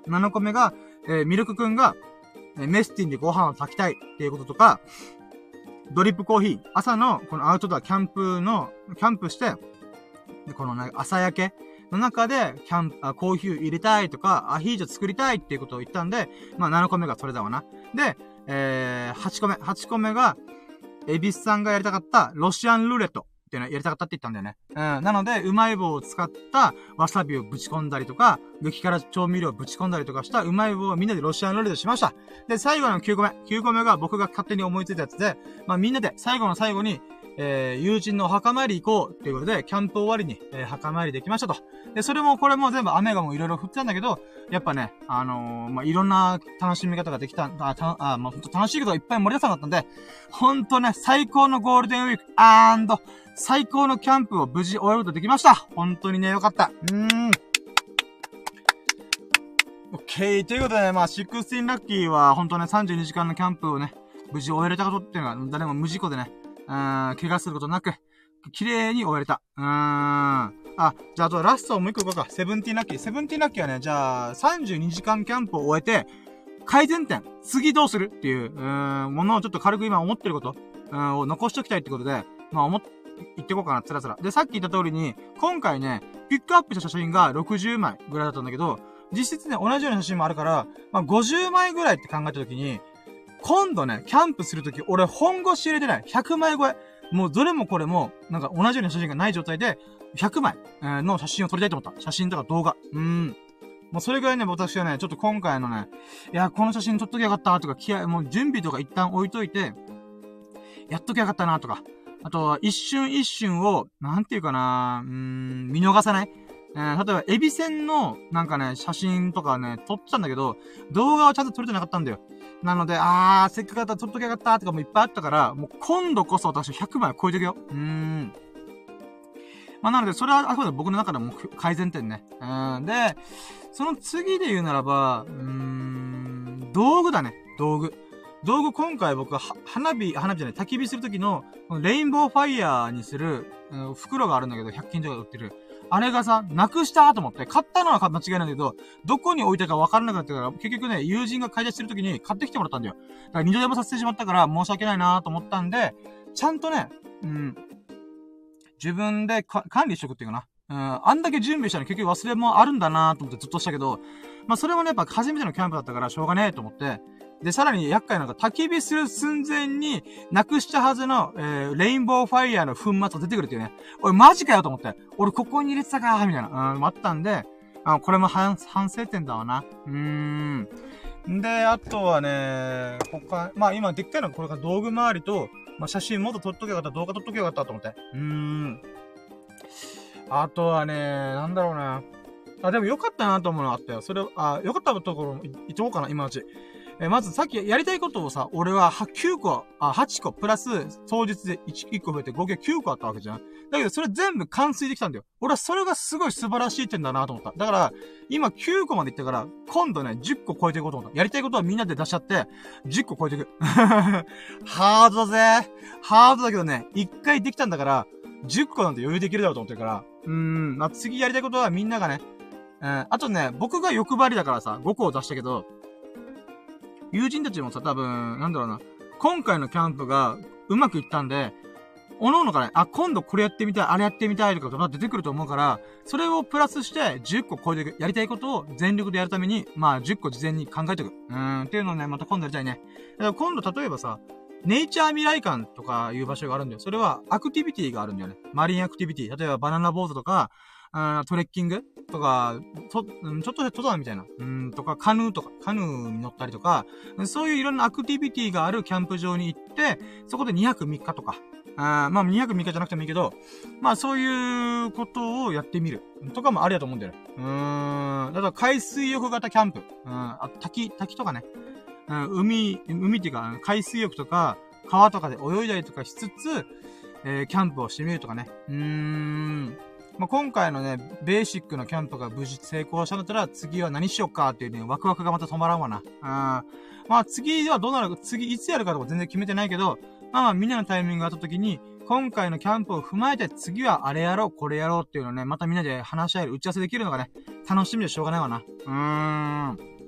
ななこめが、えー、ミルクくんが、えー、メスティンでご飯を炊きたいっていうこととか、ドリップコーヒー、朝のこのアウトドアキャンプの、キャンプして、でこの、ね、朝焼けの中で、キャンプ、あ、コーヒー入れたいとか、アヒージョ作りたいっていうことを言ったんで、まあななこめがそれだわな。で、えー、はちこめ。はちこめが、エビスさんがやりたかったロシアンルーレットっていうのをやりたかったって言ったんだよね。うん。なので、うまい棒を使ったわさびをぶち込んだりとか、激辛調味料をぶち込んだりとかしたうまい棒をみんなでロシアンルーレットしました。で、最後のきゅうこめ。きゅうこめが僕が勝手に思いついたやつで、まあみんなで最後の最後に、えー、友人のお墓参り行こうっていうことで、キャンプ終わりに、えー、墓参りできましたと。で、それもこれも全部雨がもういろいろ降ってたんだけど、やっぱね、あのー、まあ、いろんな楽しみ方ができた、あ、た、あ、まあ、ほんと楽しいことがいっぱい盛りだくさんだったんで、ほんとね、最高のゴールデンウィーク、アンド、最高のキャンプを無事終えることができました。本当にね、よかった。うーん。オッケー。ということでね、まあ、じゅうろくラッキーは、ほんとね、さんじゅうにじかんのキャンプをね、無事終えれたことっていうのが、誰も無事故でね、うーん、怪我することなく、綺麗に終えれた。うーん。あ、じゃあ、あとラストもう一個行こうか。セブンティーンラッキー。セブンティーンラッキーはね、じゃあ、さんじゅうにじかんキャンプを終えて、改善点。次どうするっていう、うーん、ものをちょっと軽く今思ってること、うん、を残しときたいってことで、まあ、思っ、言ってこうかな、つらつら。で、さっき言った通りに、今回ね、ピックアップした写真がろくじゅうまいぐらいだったんだけど、実質ね、同じような写真もあるから、まあ、ごじゅうまいぐらいって考えたときに、今度ね、キャンプするとき、俺本腰入れてない。ひゃくまい超え。もうどれもこれも、なんか同じような写真がない状態で、ひゃくまいの写真を撮りたいと思った。写真とか動画。うーん。もうそれぐらいね、私はね、ちょっと今回のね、いや、この写真撮っときゃよかったとか、気合、もう準備とか一旦置いといて、やっときゃよかったなとか、あとは一瞬一瞬を、なんていうかな、うーん、見逃さない。えー、例えば、エビせんの、なんかね、写真とかね、撮ってたんだけど、動画はちゃんと撮れてなかったんだよ。なので、あー、せっかくだったら撮っときゃよかったとかもいっぱいあったから、もう今度こそ私ひゃくまい超えていくよ。うーん。まあ、なので、それは、あくまで僕の中でも改善点ね。うん。で、その次で言うならば、うーん、道具だね。道具。道具今回僕は、花火、花火じゃない、焚き火するときの、レインボーファイヤーにする、うん、袋があるんだけど、ひゃく均とかで売ってる。あれがさ、なくしたと思って、買ったのは間違いないんだけど、どこに置いたか分からなくなってから、結局ね、友人が買い出しするときに買ってきてもらったんだよ。だから二度手間させてしまったから申し訳ないなと思ったんで、ちゃんとね、うん、自分で管理しとくっていうかな。うん、あんだけ準備したの結局忘れもあるんだなと思ってずっとしたけど、まあそれもね、やっぱ初めてのキャンプだったからしょうがねえと思って、で、さらに厄介なのが焚き火する寸前になくしたはずの、えー、レインボーファイヤーの粉末が出てくるっていうね。俺マジかよと思って。俺ここに入れてたかーみたいな。うん、あったんで、あこれも反、反省点だわな。うーん。で、あとはね、他、まあ今でっかいのはこれが道具周りと、まあ写真もっと撮っとけよかった、動画撮っとけよかったと思って。うーん。あとはね、なんだろうな。あ、でも良かったなと思うのがあったよ。それ、あ、良かったところ言っとこうかな、今のうち。え、まずさっきやりたいことをさ、俺はきゅうこ、あ、はちこプラス当日で 1, いっこ増えて合計きゅうこあったわけじゃん。だけどそれ全部完遂できたんだよ。俺はそれがすごい素晴らしい点だなと思った。だから、今きゅうこまでいったから、今度ね、じゅっこ超えていこうと思った。やりたいことはみんなで出しちゃって、じゅっこ超えていく。ハードだぜ。ハードだけどね、いっかいできたんだから、じゅっこなんて余裕できるだろうと思ってるから、うーん、まあ、次やりたいことはみんながね、うん、あとね、僕が欲張りだからさ、ごこを出したけど、友人たちもさ、多分、なんだろうな、今回のキャンプがうまくいったんで、おのおのからね、あ、今度これやってみたい、あれやってみたいとか出てくると思うから、それをプラスしてじゅっこ超えていく。やりたいことを全力でやるために、まあじゅっこ事前に考えておく。うーん、っていうのをね、また今度やりたいね。だから今度例えばさ、ネイチャー未来館とかいう場所があるんだよ。それはアクティビティがあるんだよね。マリンアクティビティ。例えばバナナボートとか、トレッキングとか、と、ちょっとした登山みたいな。うん、とか、カヌーとか、カヌーに乗ったりとか、そういういろんなアクティビティがあるキャンプ場に行って、そこでにはくみっかとか、あまあにはくみっかじゃなくてもいいけど、まあそういうことをやってみる。とかもありだと思うんだよね。うーん。だから海水浴型キャンプ。うん。あ、滝、滝とかね。うん、海、海っていうか、海水浴とか、川とかで泳いだりとかしつつ、えー、キャンプをしてみるとかね。うーん。まあ、今回のね、ベーシックのキャンプが無事成功したんだったら、次は何しよっかっていうね、ワクワクがまた止まらんわな。うん。まあ、次はどうなるか、次いつやるかとか全然決めてないけど、まあまあ、みんなのタイミングがあった時に、今回のキャンプを踏まえて、次はあれやろう、これやろうっていうのをね、またみんなで話し合える、打ち合わせできるのがね、楽しみでしょうがないわな。うーん。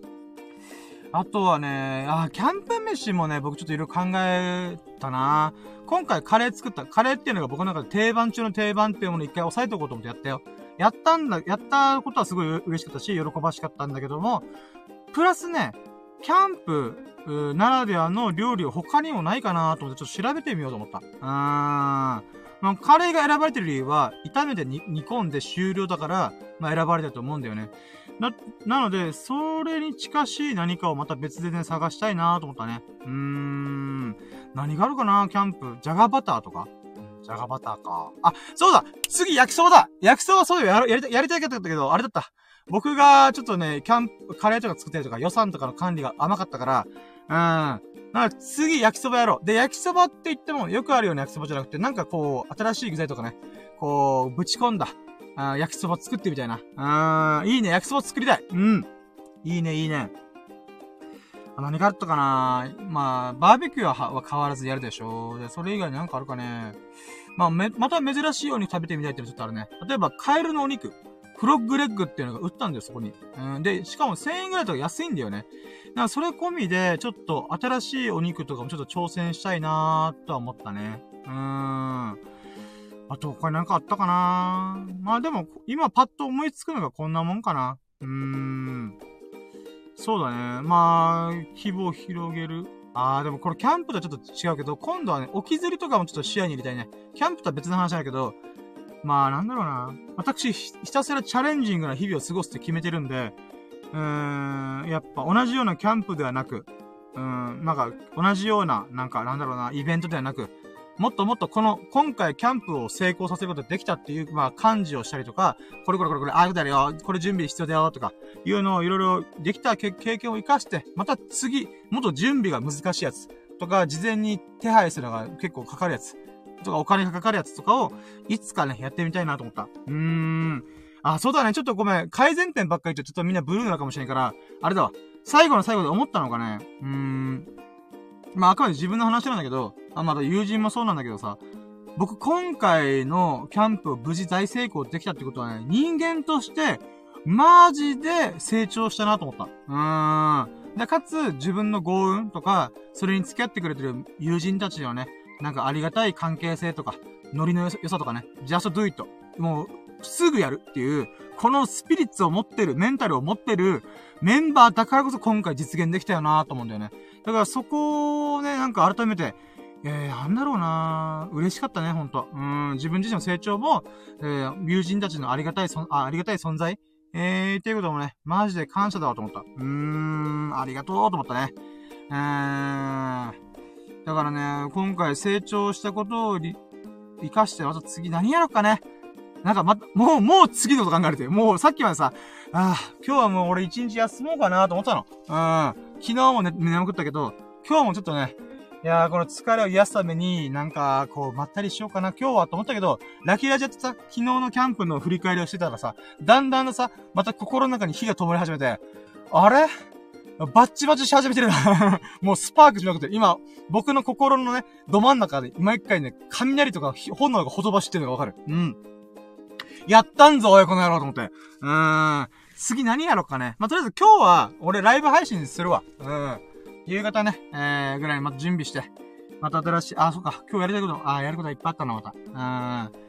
あとはね、あ、キャンプ飯もね、僕ちょっといろいろ考えたな。今回カレー作った。カレーっていうのが僕の中で定番中の定番っていうものを一回押さえておこうと思ってやったよ。やったんだ、やったことはすごい嬉しかったし、喜ばしかったんだけども、プラスね、キャンプならではの料理を他にもないかなと思ってちょっと調べてみようと思った。うーん。まあ、カレーが選ばれてる理由は、炒めて煮込んで終了だから、まあ選ばれたと思うんだよね。な、なので、それに近しい何かをまた別でね、探したいなと思ったね。うーん。何があるかなキャンプ。じゃがバターとかじゃがバターか。あ、そうだ次焼きそばだ焼きそばそうよやる、やりたい、やりたいかったけど、あれだった。僕が、ちょっとね、キャンプ、カレーとか作ったりとか予算とかの管理が甘かったから、うん。なので次焼きそばやろう。で、焼きそばって言ってもよくあるような焼きそばじゃなくて、なんかこう、新しい具材とかね、こう、ぶち込んだ、あ焼きそば作ってみたいな。あー、いいね、焼きそば作りたい。うん。いいね、いいね。何があったかなまあ、バーベキューはは変わらずやるでしょ。で、それ以外になんかあるかね。まあ、め、また珍しいように食べてみたいってのちょっとあるね。例えば、カエルのお肉。フロッグレッグっていうのが売ったんだよ、そこに。うん。で、しかもせんえんぐらいとか安いんだよね。だからそれ込みで、ちょっと新しいお肉とかもちょっと挑戦したいなーとは思ったね。うーん。あと、他になんかあったかなまあでも、今パッと思いつくのがこんなもんかな。うーん。そうだね。まあ、規模を広げる。あー、でもこれキャンプとはちょっと違うけど、今度はね、置き釣りとかもちょっと視野に入れたいね。キャンプとは別の話だけど、まあ、なんだろうな。私、ひたすらチャレンジングな日々を過ごすって決めてるんで、うーん、やっぱ同じようなキャンプではなく、うーん、なんか、同じような、なんか、なんだろうな、イベントではなく、もっともっとこの、今回キャンプを成功させることができたっていう、まあ、感じをしたりとか、これこれこれこれ、ああいうことやるよ、これ準備必要だよ、とか、いうのをいろいろできた経験を活かして、また次、もっと準備が難しいやつ、とか、事前に手配するのが結構かかるやつ、とかお金がかかるやつとかを、いつかね、やってみたいなと思った。うーん。あ、そうだね。ちょっとごめん。改善点ばっかり言ってちょっとみんなブルーなのかもしれないから、あれだわ。最後の最後で思ったのがね、うーん。まあ、あくまで自分の話なんだけど、あ、まだ友人もそうなんだけどさ、僕今回のキャンプを無事大成功できたってことはね、人間として、マジで成長したなと思った。うーん。で、かつ、自分の幸運とか、それに付き合ってくれてる友人たちのね、なんかありがたい関係性とか、ノリの良さとかね、just do it。もう、すぐやるっていう、このスピリッツを持ってる、メンタルを持ってるメンバーだからこそ今回実現できたよなと思うんだよね。だからそこをね、なんか改めて、えー、なんだろうな嬉しかったね、ほんと。うん、自分自身の成長も、えー、友人たちのありがたいそ、あ、ありがたい存在えー、っていうこともね、マジで感謝だわと思った。うーん、ありがとうと思ったね。えー、だからね、今回成長したことを活かして、また次何やろうかね。なんかま、もう、もう次のこと考えてる。もうさっきまでさ、ああ、今日はもう俺一日休もうかなと思ったの。うん。昨日もね、眠くったけど、今日もちょっとね、いやー、この疲れを癒すために、なんか、こう、まったりしようかな、今日はと思ったけど、ラッキーラジャってさ、昨日のキャンプの振り返りをしてたらさ、だんだんとさ、また心の中に火が灯り始めて、あれバッチバチし始めてるな。もうスパークしまくって、今、僕の心のね、ど真ん中で、毎回ね、雷とか炎がほとばしってるのがわかる。うん。やったんぞ、おい、この野郎と思って。うーん。次何やろうかね。まあ、とりあえず今日は、俺ライブ配信するわ。うん。夕方ね、えー、ぐらいにまた準備して。また新しい、あ、そっか、今日やりたいこと、あ、やることはいっぱいあったな、また。うん。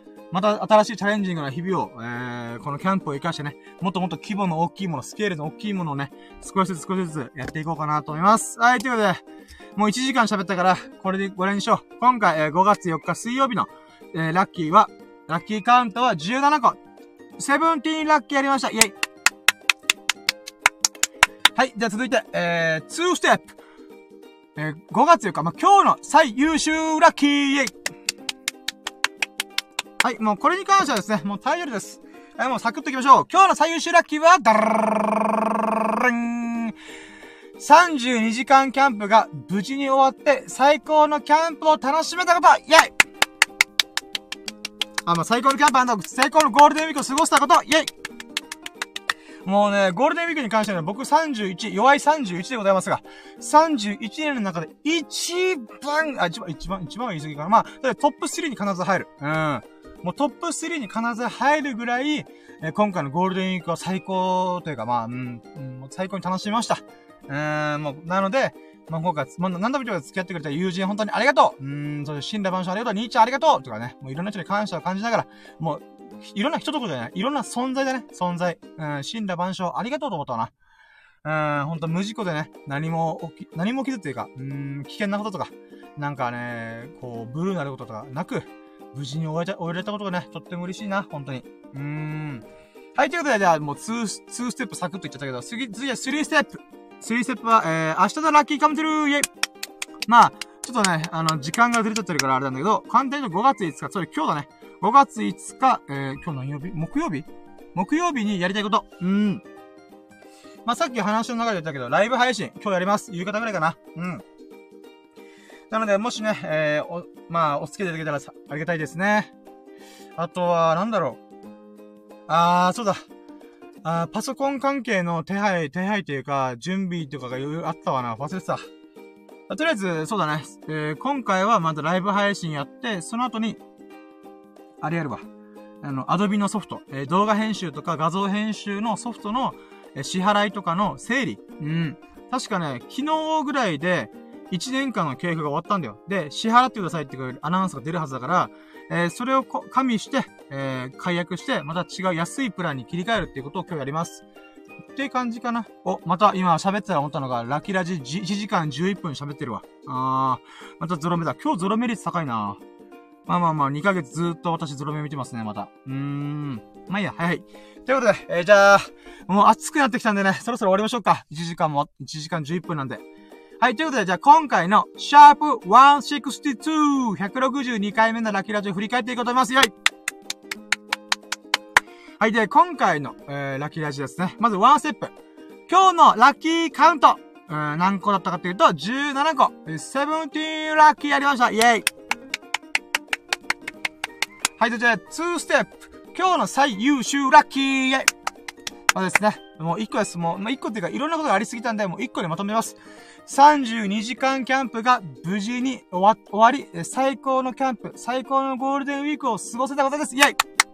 また新しいチャレンジングな日々を、えー、このキャンプを活かしてね、もっともっと規模の大きいもの、スケールの大きいものをね、少しずつ少しずつやっていこうかなと思います。はい、ということで、もういちじかん喋ったから、これでご覧にしよう。今回、えー、ごがつよっか水曜日の、えー、ラッキーは、ラッキーカウントはじゅうななこ。セブンティーンラッキーやりました。イェイ。はい、じゃあ続いて、えー、ツーステップ。えー、ごがつよっか、まあ、今日の最優秀ラッキーイェイ。はい、もうこれに関してはですね、もうタイトルです。はい、もうサクッといきましょう。今日の最優秀ラッキーは、ダルンさんじゅうにじかんキャンプが無事に終わって最高のキャンプを楽しめたこと、イェイあ、まあ、最高のキャンプ&最高のゴールデンウィークを過ごしたこと、イェイもうね、ゴールデンウィークに関しては僕さんじゅういち、弱いさんじゅういちでございますが、さんじゅういちねんの中で一番、あ、一番、一番、一番は言い過ぎかな。まあ、トップスリーに必ず入る。うん。もうトップスリーに必ず入るぐらい、えー、今回のゴールデンウィークは最高というか、まあ、うん、うん、最高に楽しみました。 うーん、もう、なので、まあ、今回、もう何度も言うけど付き合ってくれた友人本当にありがとう。うーん、そういう神羅万象ありがとう。兄ちゃんありがとうとかね、もういろんな人に感謝を感じながら、もう、いろんな人とこじゃない、いろんな存在だね、存在。うん、神羅万象ありがとうと思ったわな。うん、ほんと無事故でね、何も起き、何も起きずっていうか、うーん、危険なこととか、なんかね、こう、ブルーなることとかなく、無事に終えた、終えられたことがね、とっても嬉しいな、本当に。うーん。はい、ということで、じゃあ、もう2、2ステップサクッと言っちゃったけど、次、次はスリーステップ。スリーステップは、えー、明日のラッキーカムトゥルーイェイまあ、ちょっとね、あの、時間がずれちゃってるからあれなんだけど、簡単に言うとごがついつか、それ今日だね。ごがついつか、えー、今日何曜日木曜日木曜日にやりたいこと。うーん。まあ、さっき話の中で言ったけど、ライブ配信、今日やります。夕方ぐらいかな。うん。なので、もしね、えー、お、まあ、お付き合いいただけたらありがたいですね。あとは、なんだろう。あー、そうだ。あー、パソコン関係の手配、手配というか、準備とかがあったわな。忘れてた。とりあえず、そうだね。えー、今回はまずライブ配信やって、その後に、あれやるわ。あの、アドビのソフト、えー、動画編集とか画像編集のソフトの、えー、支払いとかの整理。うん。確かね、昨日ぐらいで、いちねんかんの契約が終わったんだよ。で、支払ってくださいっていうアナウンスが出るはずだから、えー、それを加味して、えー、解約して、また違う安いプランに切り替えるっていうことを今日やります。っていう感じかな。お、また今喋ってたら思ったのが、ラキラジいちじかんじゅういっぷん喋ってるわ。あー、またゾロ目だ。今日ゾロ目率高いな。まあまあまあ、にかげつずーっと私ゾロ目見てますね、また。うーん。まあいいや、はいはい。ということで、えー、じゃあ、もう暑くなってきたんでね、そろそろ終わりましょうか。いちじかんも、いちじかんじゅういっぷんなんで。はい、ということで、じゃあ今回の、シャープひゃくろくじゅうに、ひゃくろくじゅうにかいめのラッキーラジオを振り返っていこうと思います。よいはい、で、今回の、えー、ラッキーラジオですね。まずワンステップ。今日のラッキーカウント。うん、何個だったかっていうと、じゅうななこ。セブンティーンラッキーやりました。イェイはい、じゃあ、ツーステップ。今日の最優秀ラッキーイェイそうですね。もういっこです。もう、まあ、いっこっていうか、いろんなことがありすぎたんで、もういっこでまとめます。さんじゅうにじかんキャンプが無事に終わ、終わり、最高のキャンプ、最高のゴールデンウィークを過ごせたことです。イェイ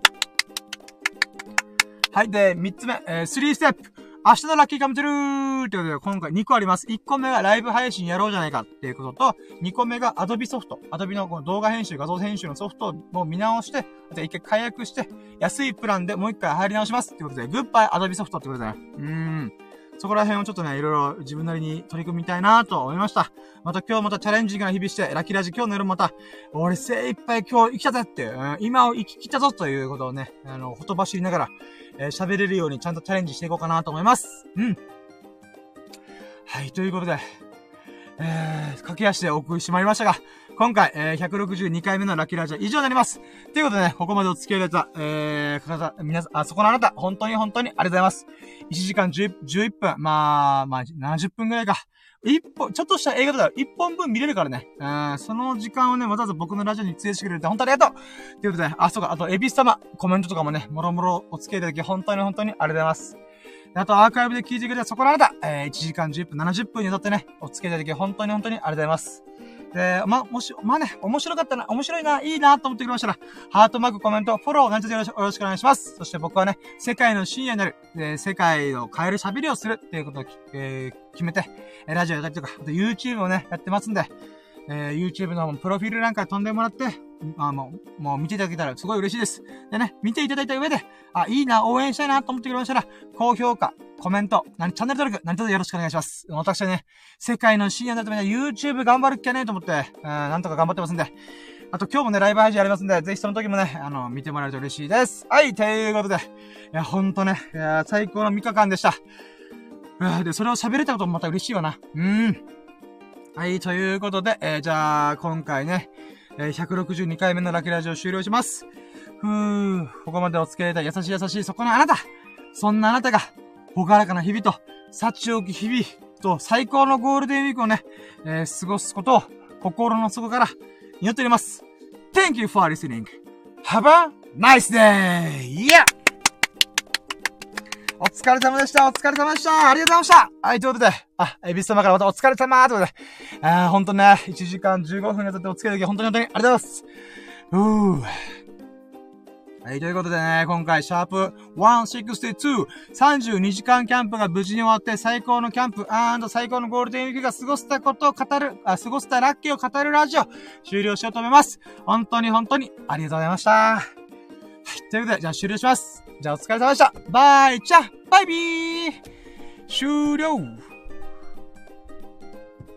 はい。で、みっつめ、えー、スリーステップ。明日のラッキーカムトゥルーということで、今回にこあります。いっこめがライブ配信やろうじゃないかっていうことと、にこめがアドビソフト。アドビのこの動画編集、画像編集のソフトを見直して、あと一回解約して、安いプランでもう一回入り直します。ってことで、グッバイアドビソフトってことでね。うーん。そこら辺をちょっとね、いろいろ自分なりに取り組みたいなと思いました。また今日またチャレンジングな日々して、ラッキーラジ今日の夜また、俺精一杯今日生きたぜって、うん、今を生き切ったぞということをね、あの、ほとばしりながら、えー、喋れるようにちゃんとチャレンジしていこうかなと思います。うん。はい、ということで、えー、駆け足でお送りしてまいりましたが、今回、えー、ひゃくろくじゅうにかいめのラッキーラジオ以上になります。ということでね、ここまでお付き合いいただいた、えー、方、皆さん、あそこのあなた、本当に本当にありがとうございます。いちじかんじゅういっぷん、まあ、まあ、ななじゅっぷんくらいか。一本、ちょっとした映画だから一本分見れるからね。うん、その時間をね、わざわざ僕のラジオに費やしてくれて本当にありがとうということで、あ、そうか、あと、エビス様、コメントとかもね、もろもろお付き合いいただき、本当に本当にありがとうございます。あと、アーカイブで聞いてくれたそこのあなた、えー、いちじかんじゅういっぷん、ななじゅっぷんにわたってね、お付き合いいただき、本当に本当にありがとうございます。で、ま、もし、まあね、面白かったな、面白いな、いいなと思ってくれましたら、ハートマーク、コメント、フォロー、何卒よろしく、よろしくお願いします。そして僕はね、世界の深夜になる、えー、世界を変える喋りをするっていうことを、えー、決めて、ラジオやったりとか、あと YouTube をね、やってますんで、えー、YouTube のプロフィールなんか飛んでもらって、あもう、もう見ていただけたらすごい嬉しいです。でね、見ていただいた上で、あ、いいな、応援したいなと思ってくれましたら、高評価、コメント、何、チャンネル登録、何卒よろしくお願いします。私はね、世界の深夜になるためには YouTube 頑張るっきゃねえと思って、うん、なんとか頑張ってますんで、あと今日もね、ライブ配信やりますんで、ぜひその時もね、あの、見てもらえると嬉しいです。はい、ということで、いや、ほんとね、いや、最高のみっかかんでした。で、それを喋れたこともまた嬉しいわな。うん。はい、ということで、えー、じゃあ、今回ね、えー、ひゃくろくじゅうにかいめのラッキーラジオを終了します。ふー、ここまでお付き合いいただき優しい優しいそこのあなた。そんなあなたが、ほがらかな日々と、幸多き日々と、最高のゴールデンウィークをね、えー、過ごすことを、心の底から祈っております。Thank you for listening. Have a nice day! Yeah! お疲れ様でした。お疲れ様でした。ありがとうございました。はい、ということで、あ、エビス様からまたお疲れ様ということで、あー、ほんとね、いちじかんじゅうごふんにわたってお付き合いいただき、本当に本当にありがとうございます。うー。 はい、ということでね、今回、シャープひゃくろくじゅうに、さんじゅうにじかんキャンプが無事に終わって、最高のキャンプ&最高のゴールデンウィークが過ごせたことを語る、あ、過ごせたラッキーを語るラジオ、終了しようと思います。本当に本当にありがとうございました。はい、ということで、じゃあ終了します。じゃあお疲れ様でした。バイチャバイビー終了